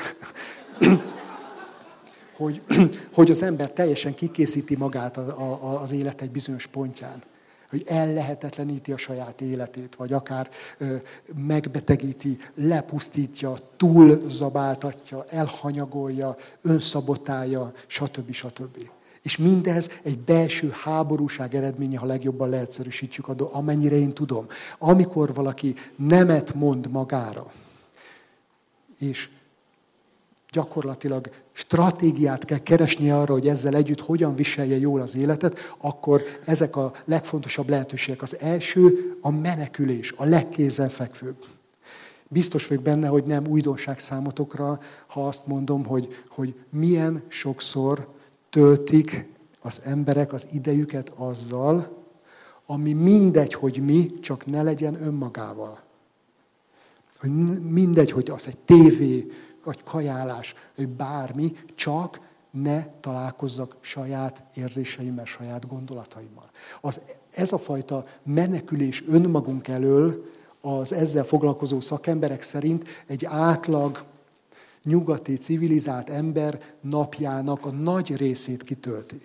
hogy, hogy az ember teljesen kikészíti magát az élet egy bizonyos pontján. Hogy ellehetetleníti a saját életét, vagy akár ö, megbetegíti, lepusztítja, túlzabáltatja, elhanyagolja, önszabotálja, stb. stb. És mindez egy belső háborúság eredménye, ha legjobban leegyszerűsítjük, amennyire én tudom. Amikor valaki nemet mond magára, és gyakorlatilag stratégiát kell keresnie arra, hogy ezzel együtt hogyan viselje jól az életet, akkor ezek a legfontosabb lehetőségek. Az első a menekülés, a legkézenfekvőbb. Biztos vagyok benne, hogy nem újdonság számotokra, ha azt mondom, hogy, hogy milyen sokszor töltik az emberek az idejüket azzal, ami mindegy, hogy mi, csak ne legyen önmagával. Hogy mindegy, hogy az egy tévé, vagy kajálás, vagy bármi, csak ne találkozzak saját érzéseimmel, saját gondolataimmal. Az, ez a fajta menekülés önmagunk elől az ezzel foglalkozó szakemberek szerint egy átlag nyugati, civilizált ember napjának a nagy részét kitölti.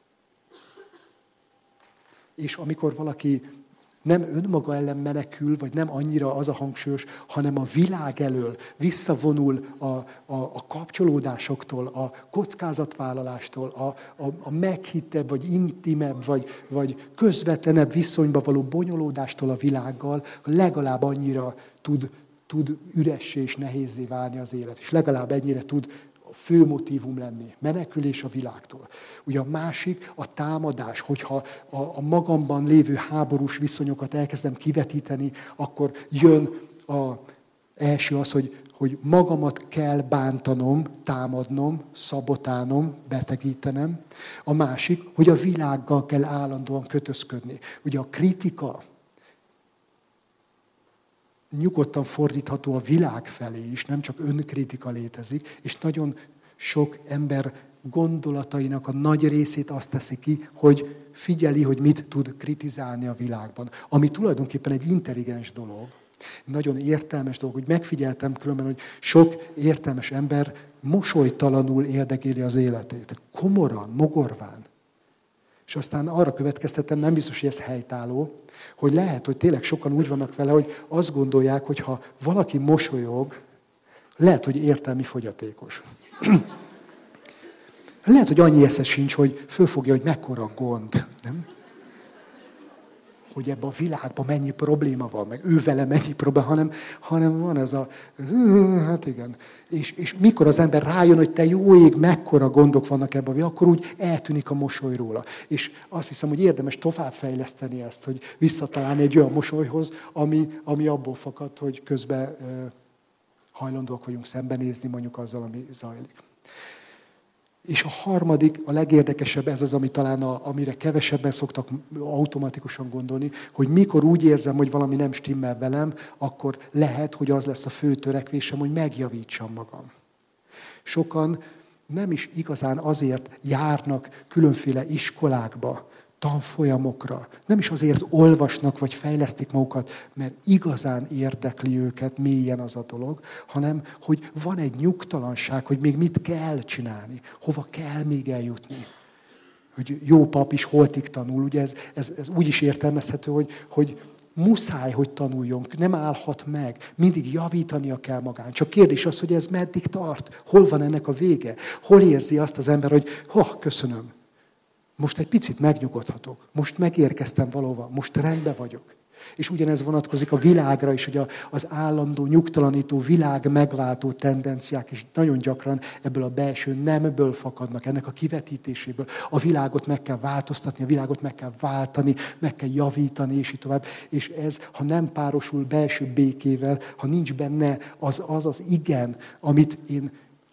És amikor valaki nem önmaga ellen menekül, vagy nem annyira az a hangsúlyos, hanem a világ elől visszavonul a, a, a kapcsolódásoktól, a kockázatvállalástól, a, a, a meghittebb, vagy intimebb, vagy, vagy közvetlenebb viszonyba való bonyolódástól a világgal, legalább annyira tud, tud üressé és nehézzé válni az élet. És legalább ennyire tud fő motívum lenni. Menekülés a világtól. Ugye a másik a támadás, hogyha a, a magamban lévő háborús viszonyokat elkezdem kivetíteni, akkor jön az első az, hogy, hogy hogy magamat kell bántanom, támadnom, szabotálnom, betegítenem. A másik, hogy a világgal kell állandóan kötözködni. Ugye a kritika nyugodtan fordítható a világ felé is, nem csak önkritika létezik, és nagyon sok ember gondolatainak a nagy részét azt teszi ki, hogy figyeli, hogy mit tud kritizálni a világban. Ami tulajdonképpen egy intelligens dolog, nagyon értelmes dolog, hogy megfigyeltem különben, hogy sok értelmes ember mosolytalanul érdekeli az életét. Komoran, mogorván. És aztán arra következtettem, nem biztos, hogy ez helytálló, hogy lehet, hogy tényleg sokan úgy vannak vele, hogy azt gondolják, hogy ha valaki mosolyog, lehet, hogy értelmi fogyatékos. Lehet, hogy annyi esze sincs, hogy fölfogja, hogy mekkora gond, nem? Hogy ebben a világban mennyi probléma van, meg ő vele mennyi probléma, hanem, hanem van ez a, hát igen. És, és mikor az ember rájön, hogy te jó ég, mekkora gondok vannak ebben a világban, akkor úgy eltűnik a mosoly róla. És azt hiszem, hogy érdemes továbbfejleszteni ezt, hogy visszatalálni egy olyan mosolyhoz, ami, ami abból fakad, hogy közben uh, hajlandóak vagyunk szembenézni mondjuk azzal, ami zajlik. És a harmadik, a legérdekesebb, ez az, ami talán a, amire kevesebben szoktak automatikusan gondolni, hogy mikor úgy érzem, hogy valami nem stimmel velem, akkor lehet, hogy az lesz a fő törekvésem, hogy megjavítsam magam. Sokan nem is igazán azért járnak különféle iskolákba, tanfolyamokra. Nem is azért olvasnak, vagy fejlesztik magukat, mert igazán érdekli őket mélyen az a dolog, hanem hogy van egy nyugtalanság, hogy még mit kell csinálni, hova kell még eljutni. Hogy jó pap is holtig tanul, ugye ez, ez, ez úgy is értelmezhető, hogy, hogy muszáj, hogy tanuljon, nem állhat meg, mindig javítania kell magán. Csak kérdés az, hogy ez meddig tart, hol van ennek a vége, hol érzi azt az ember, hogy ha, köszönöm. Most egy picit megnyugodhatok. Most megérkeztem valahova. Most rendben vagyok. És ugyanez vonatkozik a világra is, hogy az állandó, nyugtalanító, világ megváltó tendenciák is nagyon gyakran ebből a belső nemből fakadnak, ennek a kivetítéséből. A világot meg kell változtatni, a világot meg kell váltani, meg kell javítani, és így tovább. És ez, ha nem párosul belső békével, ha nincs benne az az, az igen, amit én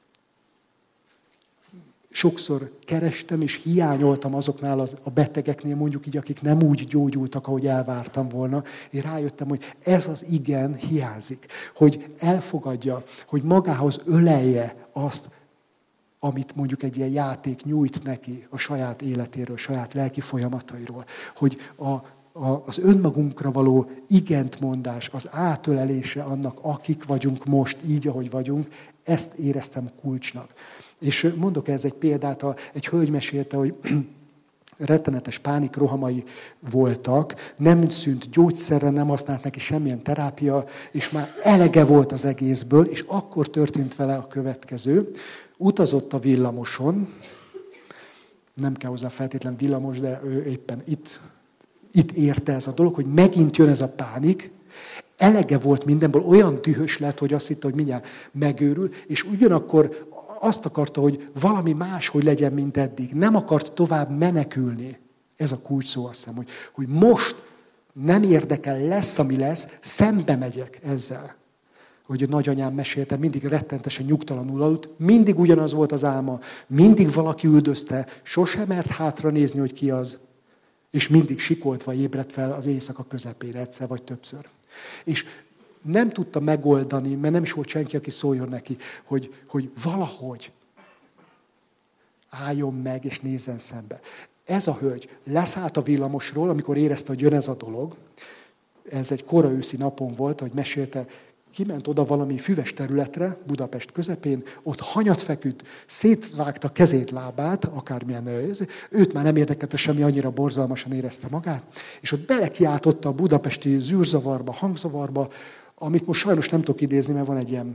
sokszor kerestem, és hiányoltam azoknál az, a betegeknél, mondjuk így, akik nem úgy gyógyultak, ahogy elvártam volna. Én rájöttem, hogy ez az igen hiányzik. Hogy elfogadja, hogy magához ölelje azt, amit mondjuk egy ilyen játék nyújt neki a saját életéről, a saját lelki folyamatairól. Hogy a, a, az önmagunkra való igent mondás, az átölelése annak, akik vagyunk most, így, ahogy vagyunk, ezt éreztem kulcsnak. És mondok ez egy példát, egy hölgy mesélte, hogy rettenetes pánikrohamai voltak, nem szűnt gyógyszerre, nem használt neki semmilyen terápia, és már elege volt az egészből, és akkor történt vele a következő. Utazott a villamoson, nem kell hozzá feltétlen villamos, de ő éppen itt, itt érte ez a dolog, hogy megint jön ez a pánik, elege volt mindenből, olyan dühös lett, hogy azt hitte, hogy mindjárt megőrül, és ugyanakkor azt akarta, hogy valami máshogy legyen, mint eddig. Nem akart tovább menekülni. Ez a kulcs szó, azt hiszem, hogy, hogy most nem érdekel, lesz, ami lesz, szembe megyek ezzel. Hogy a nagyanyám mesélte, mindig rettentesen nyugtalanul aludt, mindig ugyanaz volt az álma, mindig valaki üldözte, sosem mert hátra nézni, hogy ki az, és mindig sikoltva ébredt fel az éjszaka közepére egyszer vagy többször. És nem tudta megoldani, mert nem is volt senki, aki szóljon neki, hogy, hogy valahogy álljon meg és nézzen szembe. Ez a hölgy leszállt a villamosról, amikor érezte, hogy jön ez a dolog. Ez egy kora őszi napon volt, hogy mesélte, kiment oda valami füves területre, Budapest közepén, ott hanyat feküdt, szétvágta kezét, lábát, akármilyen, őt már nem érdekelte semmi, annyira borzalmasan érezte magát, és ott belekiáltotta a budapesti zűrzavarba, hangzavarba, amit most sajnos nem tudok idézni, mert van egy ilyen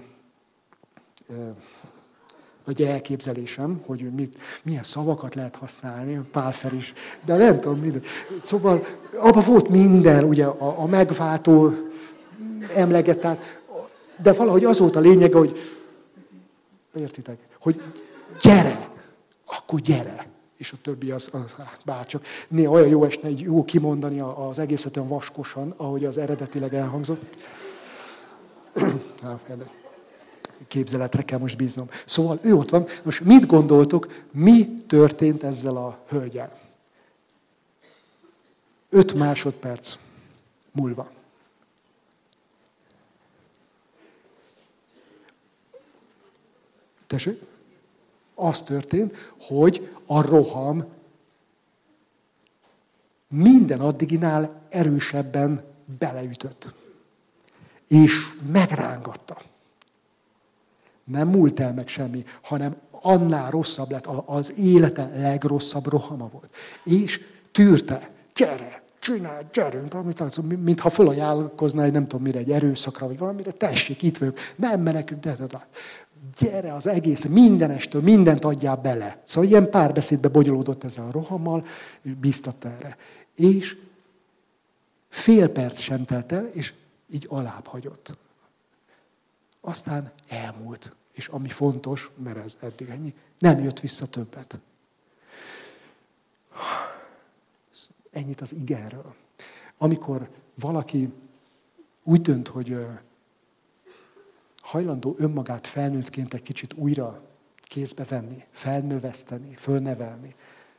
vagy elképzelésem, hogy mit, milyen szavakat lehet használni, Pál Feri is, de nem tudom, minden. Szóval abban volt minden, ugye a, a megváltó emleget, de valahogy az volt a lényege, hogy értitek, hogy gyere, akkor gyere. És a többi az, az hát bárcsak. Néha olyan jó esne, egy jó kimondani az egészet olyan vaskosan, ahogy az eredetileg elhangzott. képzeletre kell most bíznom. Szóval ő ott van. Most mit gondoltok, mi történt ezzel a hölgyel? Öt másodperc múlva. Tessék? Az történt, hogy a roham minden addiginál erősebben beleütött. És megrángatta. Nem múlt el meg semmi, hanem annál rosszabb lett. Az élete legrosszabb rohama volt. És tűrte. Gyere, csinálj, gyerünk, amit, mintha felajánlkozná egy nem tudom mire, egy erőszakra, vagy valamire, tessék, itt vagyok, nem menekülj, de, de, de. Gyere az egész, mindenestől, mindent adjál bele. Szóval ilyen párbeszédbe bonyolódott ezzel a rohammal, és bíztatta erre. És fél perc sem telt el, és így alább hagyott. Aztán elmúlt. És ami fontos, mert ez eddig ennyi, nem jött vissza többet. Ennyit az igenről. Amikor valaki úgy dönt, hogy hajlandó önmagát felnőttként egy kicsit újra kézbe venni, felnöveszteni, fölnevelni,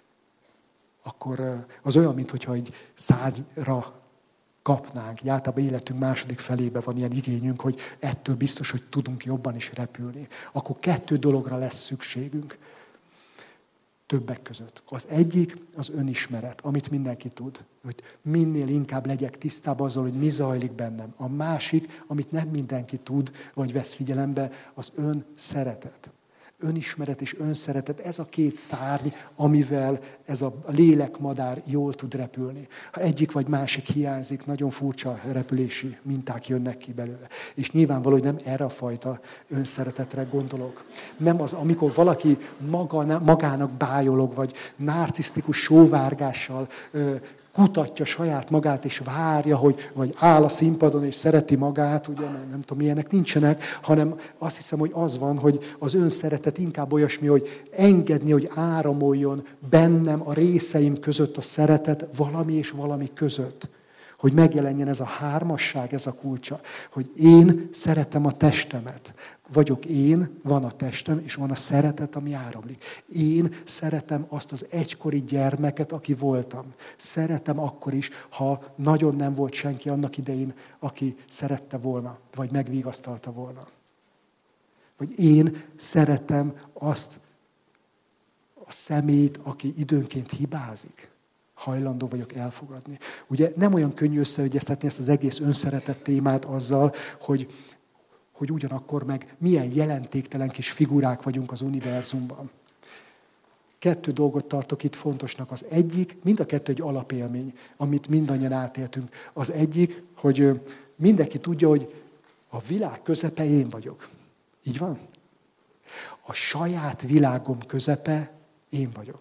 akkor az olyan, mintha egy szárnyra kapnánk. Általában életünk második felébe van ilyen igényünk, hogy ettől biztos, hogy tudunk jobban is repülni. Akkor kettő dologra lesz szükségünk. Többek között. Az egyik az önismeret, amit mindenki tud. Hogy minél inkább legyek tisztában azzal, hogy mi zajlik bennem. A másik, amit nem mindenki tud, vagy vesz figyelembe, az önszeretet. Önismeret és önszeretet, ez a két szárny, amivel ez a lélekmadár jól tud repülni. Ha egyik vagy másik hiányzik, nagyon furcsa repülési minták jönnek ki belőle. És nyilvánvaló, hogy nem erre a fajta önszeretetre gondolok. Nem az, amikor valaki maga, magának bájolog, vagy narcisztikus sóvárgással ö, kutatja saját magát, és várja, hogy vagy áll a színpadon, és szereti magát, ugye, nem tudom, milyenek nincsenek, hanem azt hiszem, hogy az van, hogy az önszeretet inkább olyasmi, hogy engedni, hogy áramoljon bennem a részeim között a szeretet valami és valami között. Hogy megjelenjen ez a hármasság, ez a kulcsa. Hogy én szeretem a testemet. Vagyok én, van a testem, és van a szeretet, ami áramlik. Én szeretem azt az egykori gyermeket, aki voltam. Szeretem akkor is, ha nagyon nem volt senki annak idején, aki szerette volna, vagy megvigasztalta volna. Vagy én szeretem azt a szemét, aki időnként hibázik. Hajlandó vagyok elfogadni. Ugye nem olyan könnyű összeegyeztetni ezt az egész önszeretet témát azzal, hogy, hogy ugyanakkor meg milyen jelentéktelen kis figurák vagyunk az univerzumban. Kettő dolgot tartok itt fontosnak. Az egyik, mind a kettő egy alapélmény, amit mindannyian átéltünk. Az egyik, hogy mindenki tudja, hogy a világ közepe én vagyok. Így van? A saját világom közepe én vagyok.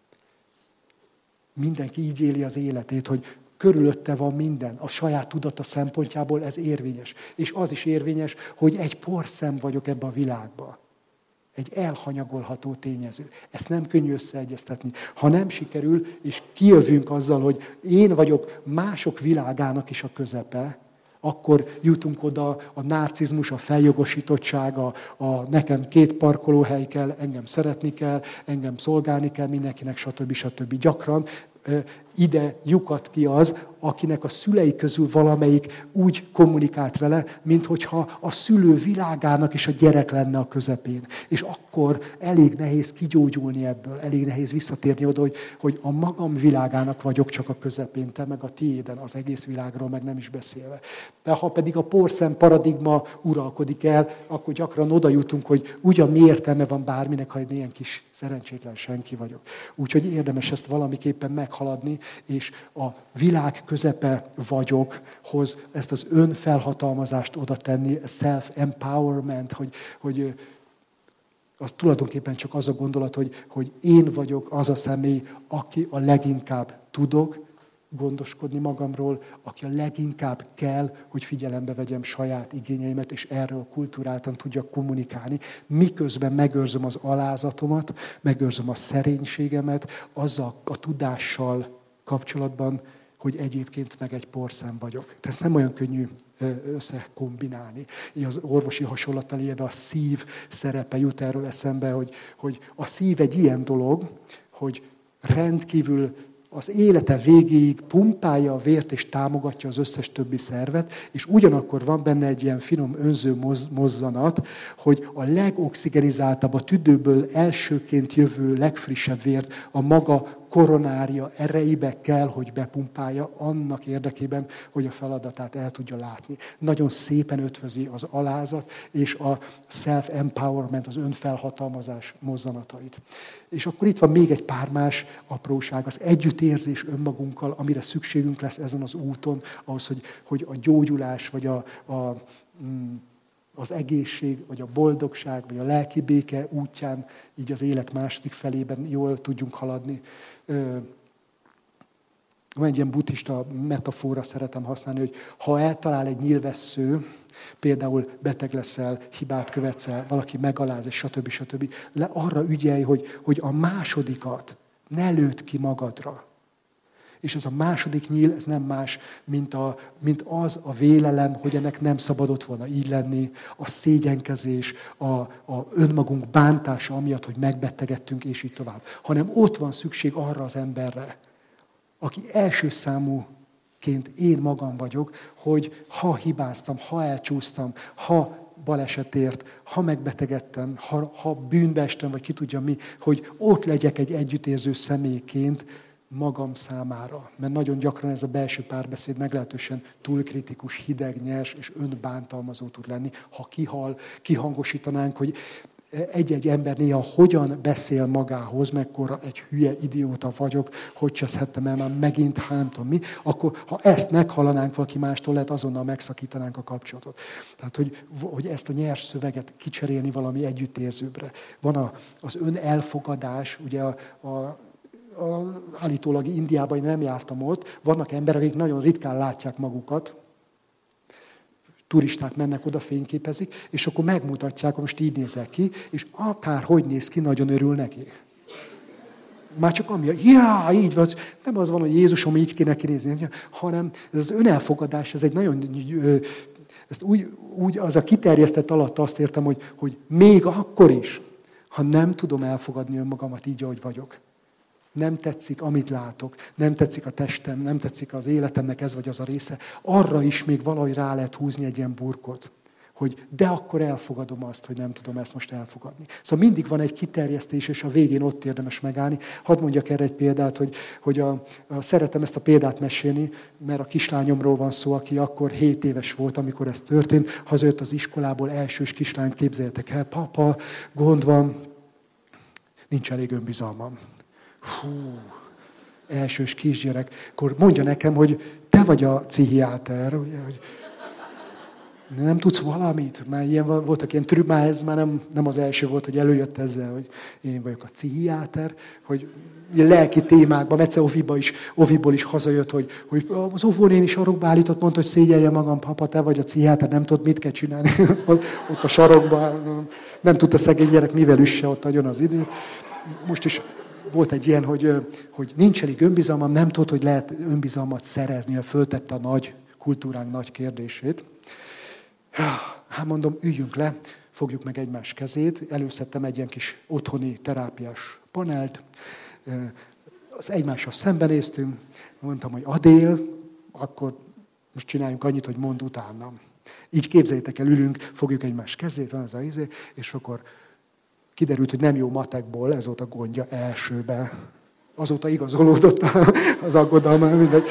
Mindenki így éli az életét, hogy körülötte van minden. A saját tudata szempontjából ez érvényes. És az is érvényes, hogy egy porszem vagyok ebbe a világba. Egy elhanyagolható tényező. Ezt nem könnyű összeegyeztetni. Ha nem sikerül, és kijövünk azzal, hogy én vagyok mások világának is a közepe, akkor jutunk oda a narcizmus, a feljogosítottság, a, a nekem két parkolóhely kell, engem szeretni kell, engem szolgálni kell mindenkinek, stb. stb. Gyakran ide lyukat ki az, akinek a szülei közül valamelyik úgy kommunikált vele, minthogyha a szülő világának is a gyerek lenne a közepén. És akkor elég nehéz kigyógyulni ebből, elég nehéz visszatérni oda, hogy, hogy a magam világának vagyok csak a közepén, te meg a tiéden, az egész világról meg nem is beszélve. De ha pedig a porszem paradigma uralkodik el, akkor gyakran oda jutunk, hogy ugyan mi értelme van bárminek, ha egy ilyen kis szerencsétlen senki vagyok. Úgyhogy érdemes ezt valamiképpen meghaladni, és a világ közepe vagyokhoz ezt az önfelhatalmazást oda tenni, self-empowerment, hogy, hogy az tulajdonképpen csak az a gondolat, hogy, hogy én vagyok az a személy, aki a leginkább tudok gondoskodni magamról, aki a leginkább kell, hogy figyelembe vegyem saját igényeimet, és erről kulturáltan tudjak kommunikálni, miközben megőrzöm az alázatomat, megőrzöm a szerénységemet, azzal a tudással kapcsolatban, hogy egyébként meg egy porszem vagyok. Tehát ez nem olyan könnyű összekombinálni. Így az orvosi hasonlattal élve a szív szerepe jut erről eszembe, hogy, hogy a szív egy ilyen dolog, hogy rendkívül az élete végéig pumpálja a vért és támogatja az összes többi szervet, és ugyanakkor van benne egy ilyen finom önző mozzanat, hogy a legoxigenizáltabb, a tüdőből elsőként jövő legfrissebb vért a maga koronária erejébe kell, hogy bepumpálja annak érdekében, hogy a feladatát el tudja látni. Nagyon szépen ötvözi az alázat és a self-empowerment, az önfelhatalmazás mozzanatait. És akkor itt van még egy pár más apróság, az együttérzés önmagunkkal, amire szükségünk lesz ezen az úton, ahhoz, hogy, hogy a gyógyulás, vagy a, a, az egészség, vagy a boldogság, vagy a lelki béke útján, így az élet második felében jól tudjunk haladni. Van egy ilyen buddhista metafora, szeretem használni, hogy ha eltalál egy nyílvessző, például beteg leszel, hibát követsz el, valaki megaláz, és stb. stb. Le arra ügyelj, hogy, hogy a másodikat ne lőd ki magadra. És ez a második nyíl, ez nem más, mint, a, mint az a vélelem, hogy ennek nem szabadott volna így lenni, a szégyenkezés, a, a önmagunk bántása amiatt, hogy megbetegedtünk, és így tovább. Hanem ott van szükség arra az emberre, aki első számúként én magam vagyok, hogy ha hibáztam, ha elcsúsztam, ha balesetért, ha megbetegedtem, ha, ha bűnbe estem, vagy ki tudja mi, hogy ott legyek egy együttérző személyként magam számára. Mert nagyon gyakran ez a belső párbeszéd meglehetősen túlkritikus, hideg, nyers és önbántalmazó tud lenni, ha kihal, kihangosítanánk, hogy egy-egy ember néha hogyan beszél magához, mekkora egy hülye idióta vagyok, hogy cseszhettem el már megint, hát nem tudom mi, akkor ha ezt meghallanánk valaki mástól, lehet azonnal megszakítanánk a kapcsolatot. Tehát, hogy, hogy ezt a nyers szöveget kicserélni valami együttérzőbbre. Van a, az önelfogadás, ugye a, a A, állítólag Indiában én nem jártam ott, vannak emberek, akik nagyon ritkán látják magukat, turisták mennek oda, fényképezik, és akkor megmutatják, hogy most így nézel ki, és akár hogy néz ki, nagyon örül neki. Már csak ami, já, így van, nem az van, hogy Jézusom, így kéne kinézni, hanem ez az önelfogadás, ez egy nagyon, ezt úgy, úgy az a kiterjesztett alatt azt értem, hogy, hogy még akkor is, ha nem tudom elfogadni önmagamat így, ahogy vagyok. Nem tetszik, amit látok, nem tetszik a testem, nem tetszik az életemnek ez vagy az a része. Arra is még valahogy rá lehet húzni egy ilyen burkot, hogy de akkor elfogadom azt, hogy nem tudom ezt most elfogadni. Szóval mindig van egy kiterjesztés, és a végén ott érdemes megállni. Hadd mondjak erre egy példát, hogy, hogy a, a, szeretem ezt a példát mesélni, mert a kislányomról van szó, aki akkor hét éves volt, amikor ez történt. Hazajött az iskolából, elsős kislányt, képzeljétek el, papa, gond van, nincs elég önbizalmam. Hú, elsős kisgyerek. Akkor mondja nekem, hogy te vagy a pszichiáter, ugye, hogy nem tudsz valamit? Már ilyen voltak ilyen trümmá, ez már nem, nem az első volt, hogy előjött ezzel, hogy én vagyok a pszichiáter, hogy ilyen lelki témákban, egyszer Oviba is, Oviból is hazajött, hogy, hogy az óvónén is sarokba állított, mondta, hogy szégyelje magam, papa, te vagy a pszichiáter, nem tudod, mit kell csinálni. Ott a sarokban nem tudta szegény gyerek, mivel üsse ott agyon az időt. Most is volt egy ilyen, hogy, hogy nincs elég önbizalmam, nem tudod, hogy lehet önbizalmat szerezni, mert föltette a nagy kultúránk nagy kérdését. Hát mondom, üljünk le, fogjuk meg egymás kezét. Előszedtem egy ilyen kis otthoni terápiás panelt. Az egymással szembenéztünk. Mondtam, hogy Adél, akkor most csináljunk annyit, hogy mondd utánam. Így képzeljétek el, ülünk, fogjuk egymás kezét, van ez a izé, és akkor kiderült, hogy nem jó matekból, ez volt a gondja elsőben. Azóta igazolódott az aggodalma, mindegy.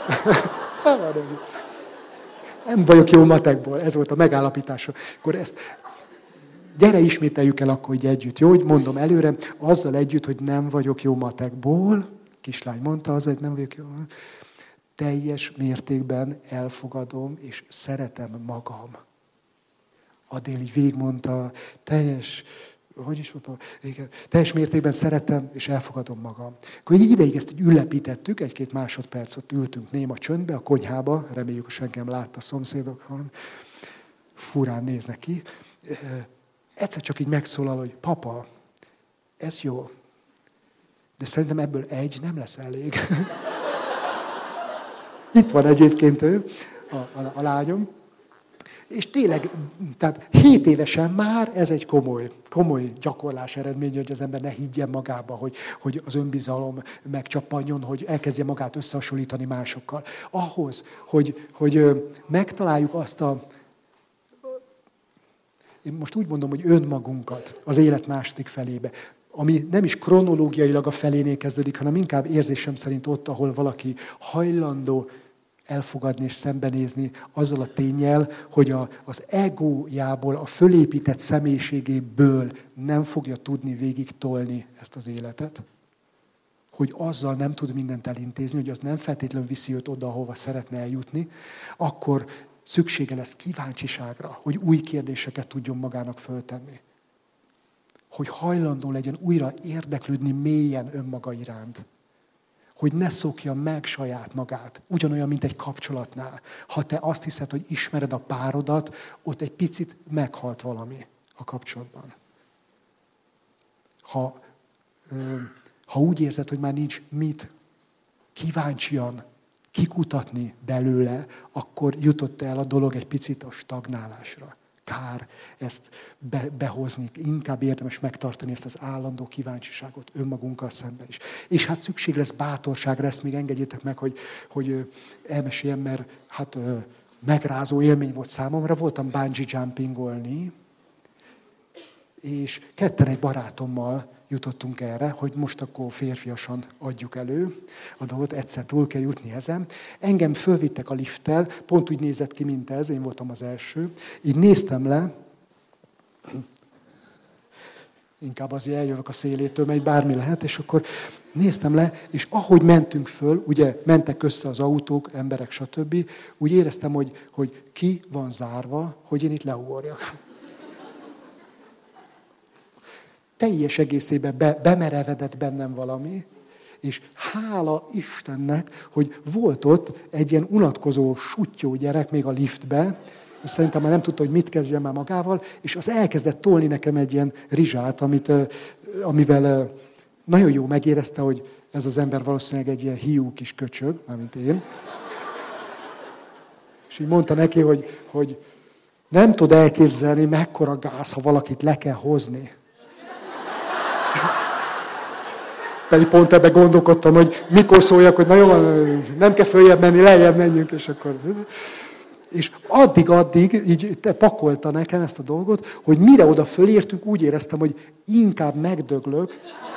Nem vagyok jó matekból, ez volt a megállapítása. Akkor ezt, gyere, ismételjük el akkor így együtt, jó? Hogy mondom előre, azzal együtt, hogy nem vagyok jó matekból, kislány mondta, azzal, hogy nem vagyok jó, teljes mértékben elfogadom és szeretem magam. Adél így végigmondta, teljes... Hogy is volt? Igen. Teljes mértékben szeretem, és elfogadom magam. Akkor így ideig ezt így ülepítettük, egy-két másodpercet ültünk néma csöndbe, a konyhába, reméljük, hogy senki nem látta, a szomszédok, furán néznek ki. Egyszer csak így megszólal, hogy papa, ez jó, de szerintem ebből egy nem lesz elég. Itt van egyébként ő, a, a, a lányom. és tényleg, tehát hét évesen már ez egy komoly, komoly gyakorlás eredmény, hogy az ember ne higgyen magába, hogy, hogy az önbizalom megcsappanjon, hogy elkezdje magát összehasonlítani másokkal. Ahhoz, hogy, hogy megtaláljuk azt a, én most úgy mondom, hogy önmagunkat az élet második felébe, ami nem is kronológiailag a felénél kezdődik, hanem inkább érzésem szerint ott, ahol valaki hajlandó elfogadni és szembenézni azzal a ténnyel, hogy a, az egójából, a fölépített személyiségéből nem fogja tudni végig tolni ezt az életet. Hogy azzal nem tud mindent elintézni, hogy az nem feltétlenül viszi őt oda, ahova szeretne eljutni, akkor szüksége lesz kíváncsiságra, hogy új kérdéseket tudjon magának föltenni. Hogy hajlandó legyen újra érdeklődni mélyen önmaga iránt. Hogy ne szokja meg saját magát. Ugyanolyan, mint egy kapcsolatnál. Ha te azt hiszed, hogy ismered a párodat, ott egy picit meghalt valami a kapcsolatban. Ha, ha úgy érzed, hogy már nincs mit kíváncsian kikutatni belőle, akkor jutott el a dolog egy picit a stagnálásra. Kár ezt be, behozni, inkább érdemes megtartani ezt az állandó kíváncsiságot önmagunkkal szemben is. És hát szükség lesz bátorságra, ezt még engedjétek meg, hogy, hogy elmeséljem, mert hát megrázó élmény volt számomra. Voltam bungee jumpingolni, és ketten egy barátommal jutottunk erre, hogy most akkor férfiasan adjuk elő a dolgot, egyszer túl kell jutni ezen. Engem fölvittek a lifttel, pont úgy nézett ki, mint ez, én voltam az első. Így néztem le, inkább azért eljövök a szélétől, mert bármi lehet, és akkor néztem le, és ahogy mentünk föl, ugye mentek össze az autók, emberek, stb., úgy éreztem, hogy, hogy ki van zárva, hogy én itt leugorjak. Teljes egészében be, bemerevedett bennem valami, és hála Istennek, hogy volt ott egy ilyen unatkozó, suttyó gyerek még a liftbe, és szerintem már nem tudta, hogy mit kezdjen már magával, és az elkezdett tolni nekem egy ilyen rizsát, amit, amivel nagyon jó megérezte, hogy ez az ember valószínűleg egy ilyen hiú kis köcsög, mármint én. És így mondta neki, hogy, hogy nem tud elképzelni, mekkora gáz, ha valakit le kell hozni. Pedig pont ebben gondolkodtam, hogy mikor szóljak, hogy na jó, nem kell följebb menni, lejjebb menjünk, és akkor... És addig-addig így pakolta nekem ezt a dolgot, hogy mire oda fölértünk, úgy éreztem, hogy inkább megdöglök,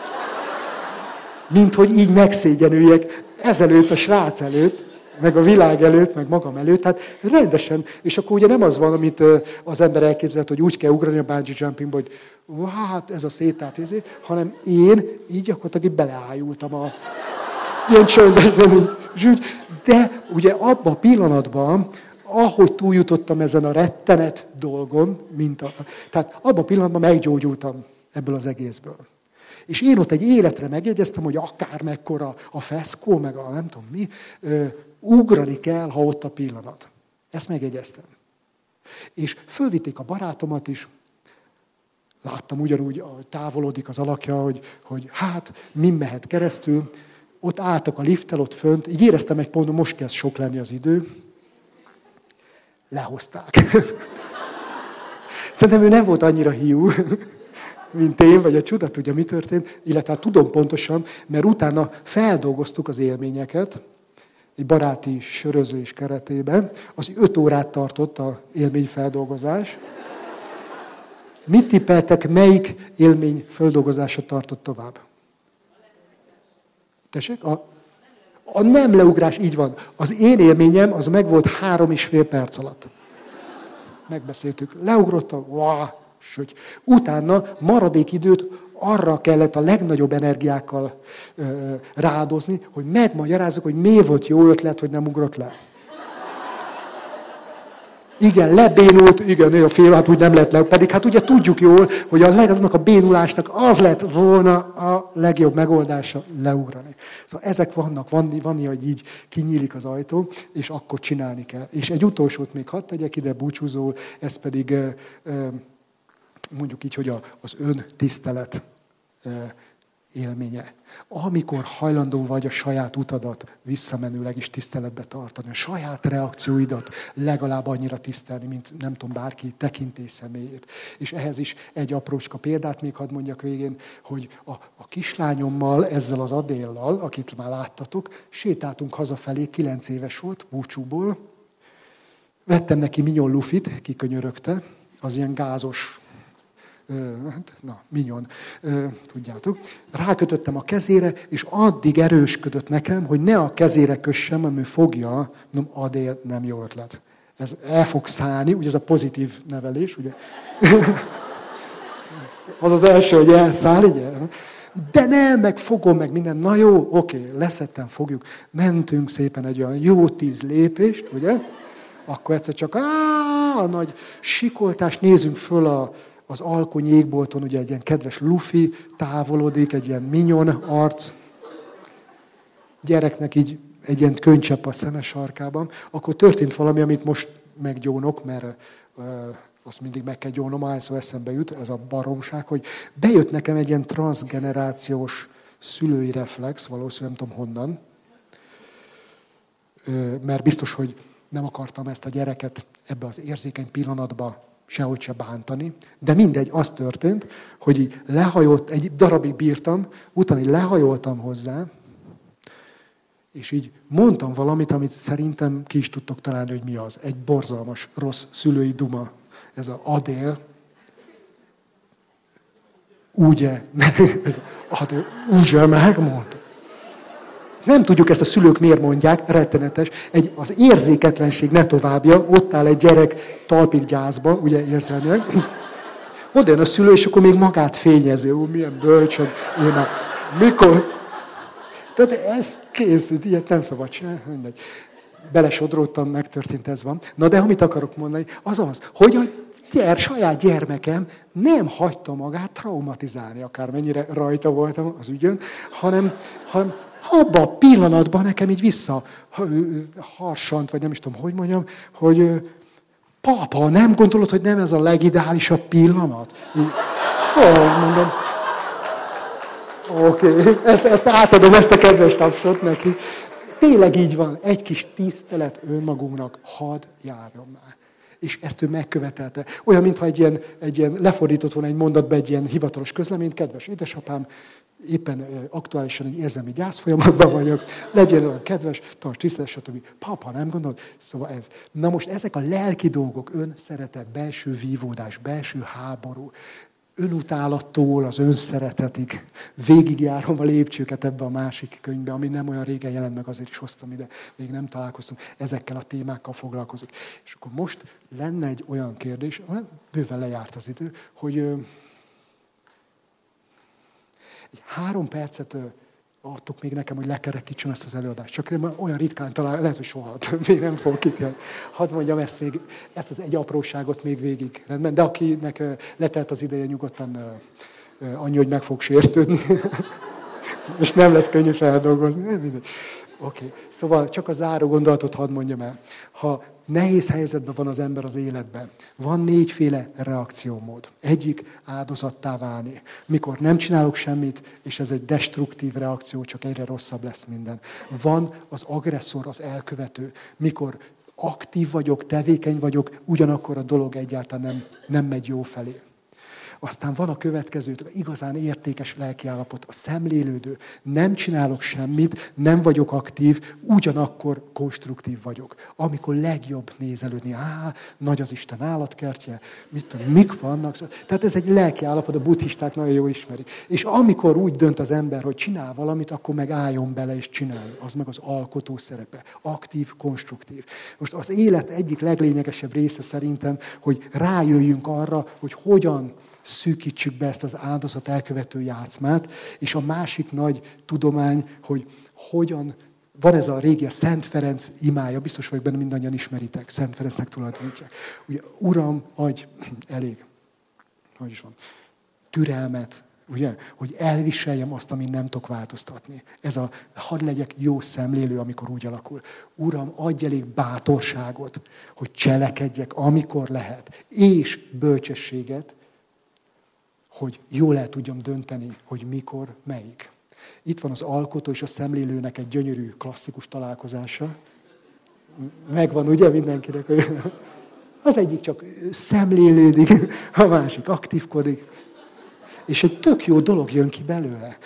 mint hogy így megszégyenüljek ezelőtt, a srác előtt, meg a világ előtt, meg magam előtt. Hát rendesen. És akkor ugye nem az van, amit az ember elképzelt, hogy úgy kell ugrani a bungee jumpingba, hogy hát ez a szétállt izé, hanem én így gyakorlatilag így beleájultam a ilyen csöndben, így zsűgy. De ugye abban a pillanatban, ahogy túljutottam ezen a rettenet dolgon, mint a, tehát abban a pillanatban meggyógyultam ebből az egészből. És én ott egy életre megjegyeztem, hogy akár mekkora a feszkó, meg a nem tudom mi, ö, ugrani kell, ha ott a pillanat. Ezt megjegyeztem. És fölvitték a barátomat is, láttam ugyanúgy, távolodik az alakja, hogy, hogy hát mi mehet keresztül, ott álltak a lifttel, ott fönt, így éreztem egy ponton, most kezd sok lenni az idő, lehozták. Szerintem ő nem volt annyira hiú, mint én, vagy a csuda tudja, mi történt, illetve hát tudom pontosan, mert utána feldolgoztuk az élményeket, egy baráti sörözés keretében, az öt órát tartott az élményfeldolgozás. Mit tippeltek, melyik élmény feldolgozása tartott tovább? Tessék? A, a nem leugrás, így van. Az én élményem, az meg volt három és fél perc alatt. Megbeszéltük. Leugrottam, wow, sögy. Utána maradék időt arra kellett a legnagyobb energiákkal ö, rádozni, hogy megmagyarázzuk, hogy miért volt jó ötlet, hogy nem ugrott le. Igen, lebénult, igen, a fél, hát úgy nem lett le, pedig hát ugye tudjuk jól, hogy a legaznak a bénulásnak az lett volna a legjobb megoldása leugrani. Szóval ezek vannak, van, van, hogy így kinyílik az ajtó, és akkor csinálni kell. És egy utolsót még hadd tegyek ide búcsúzó, ez pedig mondjuk így, hogy az öntisztelet élménye. Amikor hajlandó vagy a saját utadat visszamenőleg is tiszteletbe tartani, a saját reakcióidat legalább annyira tisztelni, mint nem tudom, bárki tekintés személyét. És ehhez is egy aprócska példát még hadd mondjak végén, hogy a, a kislányommal, ezzel az Adéllal, akit már láttatok, sétáltunk hazafelé, kilenc éves volt, búcsúból. Vettem neki Mignon lufit, kikönyörögte, az ilyen gázos, na, Mignon, tudjátok. Rákötöttem a kezére, és addig erősködött nekem, hogy ne a kezére kössem, hanem ő fogja, mondom, Adél, nem jó ötlet. Ez el fog szállni, ugye ez a pozitív nevelés, ugye? Az az első, hogy elszáll, ugye? De nem, meg fogom, meg minden. Na jó, oké, leszettem, fogjuk. Mentünk szépen egy olyan jó tíz lépést, ugye? Akkor egyszer csak áh, a nagy sikoltás, nézzünk föl a, az alkony égbolton, ugye egy ilyen kedves lufi távolodik, egy ilyen Mignon arc. Gyereknek így egy ilyen könycsepp a szemes sarkában. Akkor történt valami, amit most meggyónok, mert uh, azt mindig meg kell gyónom, ahányszor eszembe jut, ez a baromság, hogy bejött nekem egy ilyen transzgenerációs szülői reflex, valószínűleg nem tudom honnan, uh, mert biztos, hogy nem akartam ezt a gyereket ebbe az érzékeny pillanatba sehogy se bántani. De mindegy, az történt, hogy így lehajolt, egy darabig bírtam, utána így lehajoltam hozzá, és így mondtam valamit, amit szerintem ki is tudtok találni, hogy mi az. Egy borzalmas, rossz szülői duma. Ez az Adél. Ugye, ez Adél, ugye megmondta. Nem tudjuk ezt a szülők miért mondják, rettenetes. Egy, az érzéketlenség ne továbbja, ott áll egy gyerek talpig gyászba, ugye érzelmileg. Oda jön a szülő, és akkor még magát fényezi. Ó, milyen bölcsön, én már mikor... Tehát ez kész, ilyet nem szabad csinálni, mindegy. Belesodródtam, megtörtént, ez van. Na de amit akarok mondani, az az, hogy a gyere, saját gyermekem nem hagyta magát traumatizálni, akármennyire rajta voltam az ügyön, hanem, hanem abban a pillanatban nekem így vissza harsant, vagy nem is tudom, hogy mondjam, hogy papa, nem gondolod, hogy nem ez a legideálisabb pillanat? Így, oh, mondom, oké, okay. ezt, ezt átadom, ezt a kedves tapsot neki. Tényleg így van, egy kis tisztelet önmagunknak, hadd járjon már. És ezt ő megkövetelte. Olyan, mintha egy ilyen, egy ilyen lefordított volna egy mondatba egy ilyen hivatalos közleményt, kedves édesapám, éppen aktuálisan egy érzelmi gyász folyamatban vagyok, legyen olyan kedves, tarts tisztelet, stb. Papa, nem gondolod? Szóval ez. Na most ezek a lelki dolgok, önszeretet, belső vívódás, belső háború, önutálattól az önszeretetig végigjárom a lépcsőket ebbe a másik könyvbe, ami nem olyan régen jelent meg, azért is hoztam ide, még nem találkoztam, ezekkel a témákkal foglalkozik. És akkor most lenne egy olyan kérdés, bőven lejárt az idő, hogy egy három percet adtok még nekem, hogy lekerekítsem ezt az előadást. Csak én már olyan ritkán találom, lehet, hogy soha még nem fogok kitérni. Hadd mondjam ezt, még, ezt az egy apróságot még végig. Rendben? De akinek letelt az ideje, nyugodtan annyi, hogy meg fog sértődni. És nem lesz könnyű feldolgozni. Nem mindegy. Oké. Okay. Szóval csak a záró gondolatot hadd mondjam el. Ha nehéz helyzetben van az ember az életben, van négyféle reakciómód. Egyik áldozattá válni. Mikor nem csinálok semmit, és ez egy destruktív reakció, csak egyre rosszabb lesz minden. Van az agresszor, az elkövető. Mikor aktív vagyok, tevékeny vagyok, ugyanakkor a dolog egyáltalán nem, nem megy jó felé. Aztán van a következő, igazán értékes lelkiállapot, a szemlélődő. Nem csinálok semmit, nem vagyok aktív, ugyanakkor konstruktív vagyok. Amikor legjobb nézelődni, á, nagy az Isten állatkertje, mit tudom, mik vannak. Tehát ez egy lelkiállapot, a buddhisták nagyon jól ismerik. És amikor úgy dönt az ember, hogy csinál valamit, akkor meg álljon bele és csinálja. Az meg az alkotó szerepe. Aktív, konstruktív. Most az élet egyik leglényegesebb része szerintem, hogy rájöjjünk arra, hogy hogyan szűkítsük be ezt az áldozat elkövető játszmát, és a másik nagy tudomány, hogy hogyan, van ez a régi, a Szent Ferenc imája, biztos vagyok benne, mindannyian ismeritek, Szent Ferencnek tulajdonítják. Ugye, Uram, adj, elég, hogy is van, türelmet, ugye, hogy elviseljem azt, amit nem tudok változtatni. Ez a, hadd legyek jó szemlélő, amikor úgy alakul. Uram, adj elég bátorságot, hogy cselekedjek, amikor lehet, és bölcsességet, hogy jól el tudjam dönteni, hogy mikor, melyik. Itt van az alkotó és a szemlélőnek egy gyönyörű, klasszikus találkozása. Megvan ugye mindenkinek, hogy az egyik csak szemlélődik, a másik aktívkodik. És egy tök jó dolog jön ki belőle.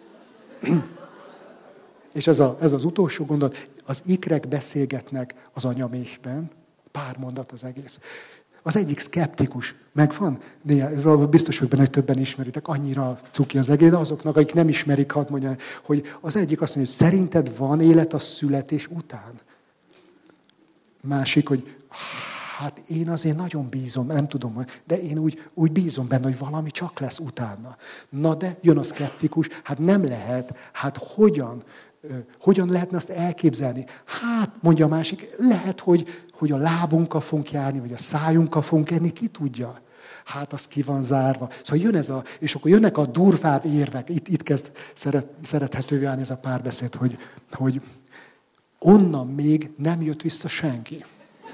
És ez, a, ez az utolsó gondolat, az ikrek beszélgetnek az anyaméhben. Pár mondat az egész. Az egyik szkeptikus, megvan? Néha, biztos vagyok benne, hogy többen ismeritek, annyira cuki az egész, azoknak, akik nem ismerik, hadd mondja, hogy az egyik azt mondja, hogy szerinted van élet a születés után? Másik, hogy hát én azért nagyon bízom, nem tudom, de én úgy, úgy bízom benne, hogy valami csak lesz utána. Na de jön a szkeptikus, hát nem lehet, hát hogyan? Hogyan lehetne azt elképzelni? Hát, mondja a másik, lehet, hogy, hogy a lábunkkal fogunk járni, vagy a szájunkkal fogunk enni, ki tudja? Hát az ki van zárva. Szóval jön ez a, és akkor jönnek a durvább érvek. Itt, itt kezd szeret, szerethetővé állni ez a párbeszéd, hogy, hogy onnan még nem jött vissza senki.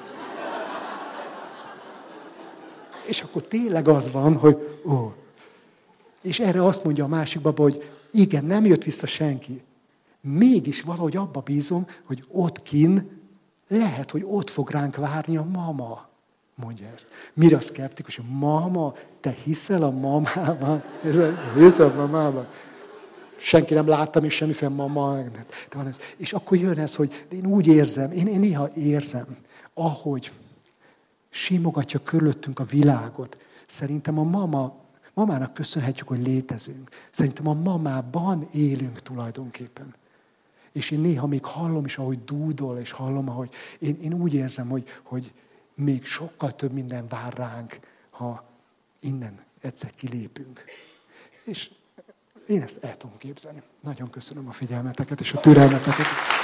És akkor tényleg az van, hogy ó. És erre azt mondja a másik baba, hogy igen, nem jött vissza senki. Mégis valahogy abba bízom, hogy ott kin lehet, hogy ott fog ránk várni a mama. Mondja ezt. Mire a szkeptikus? Mama, te hiszel a mamában? Hiszel a mamában? Senki nem látta még semmiféle mama. De van ez. És akkor jön ez, hogy én úgy érzem, én, én néha érzem, ahogy simogatja körülöttünk a világot. Szerintem a mama, mamának köszönhetjük, hogy létezünk. Szerintem a mamában élünk tulajdonképpen. És én néha még hallom is, ahogy dúdol, és hallom, ahogy én, én úgy érzem, hogy, hogy még sokkal több minden vár ránk, ha innen egyszer kilépünk. És én ezt el tudom képzelni. Nagyon köszönöm a figyelmeteket és a türelmeteket.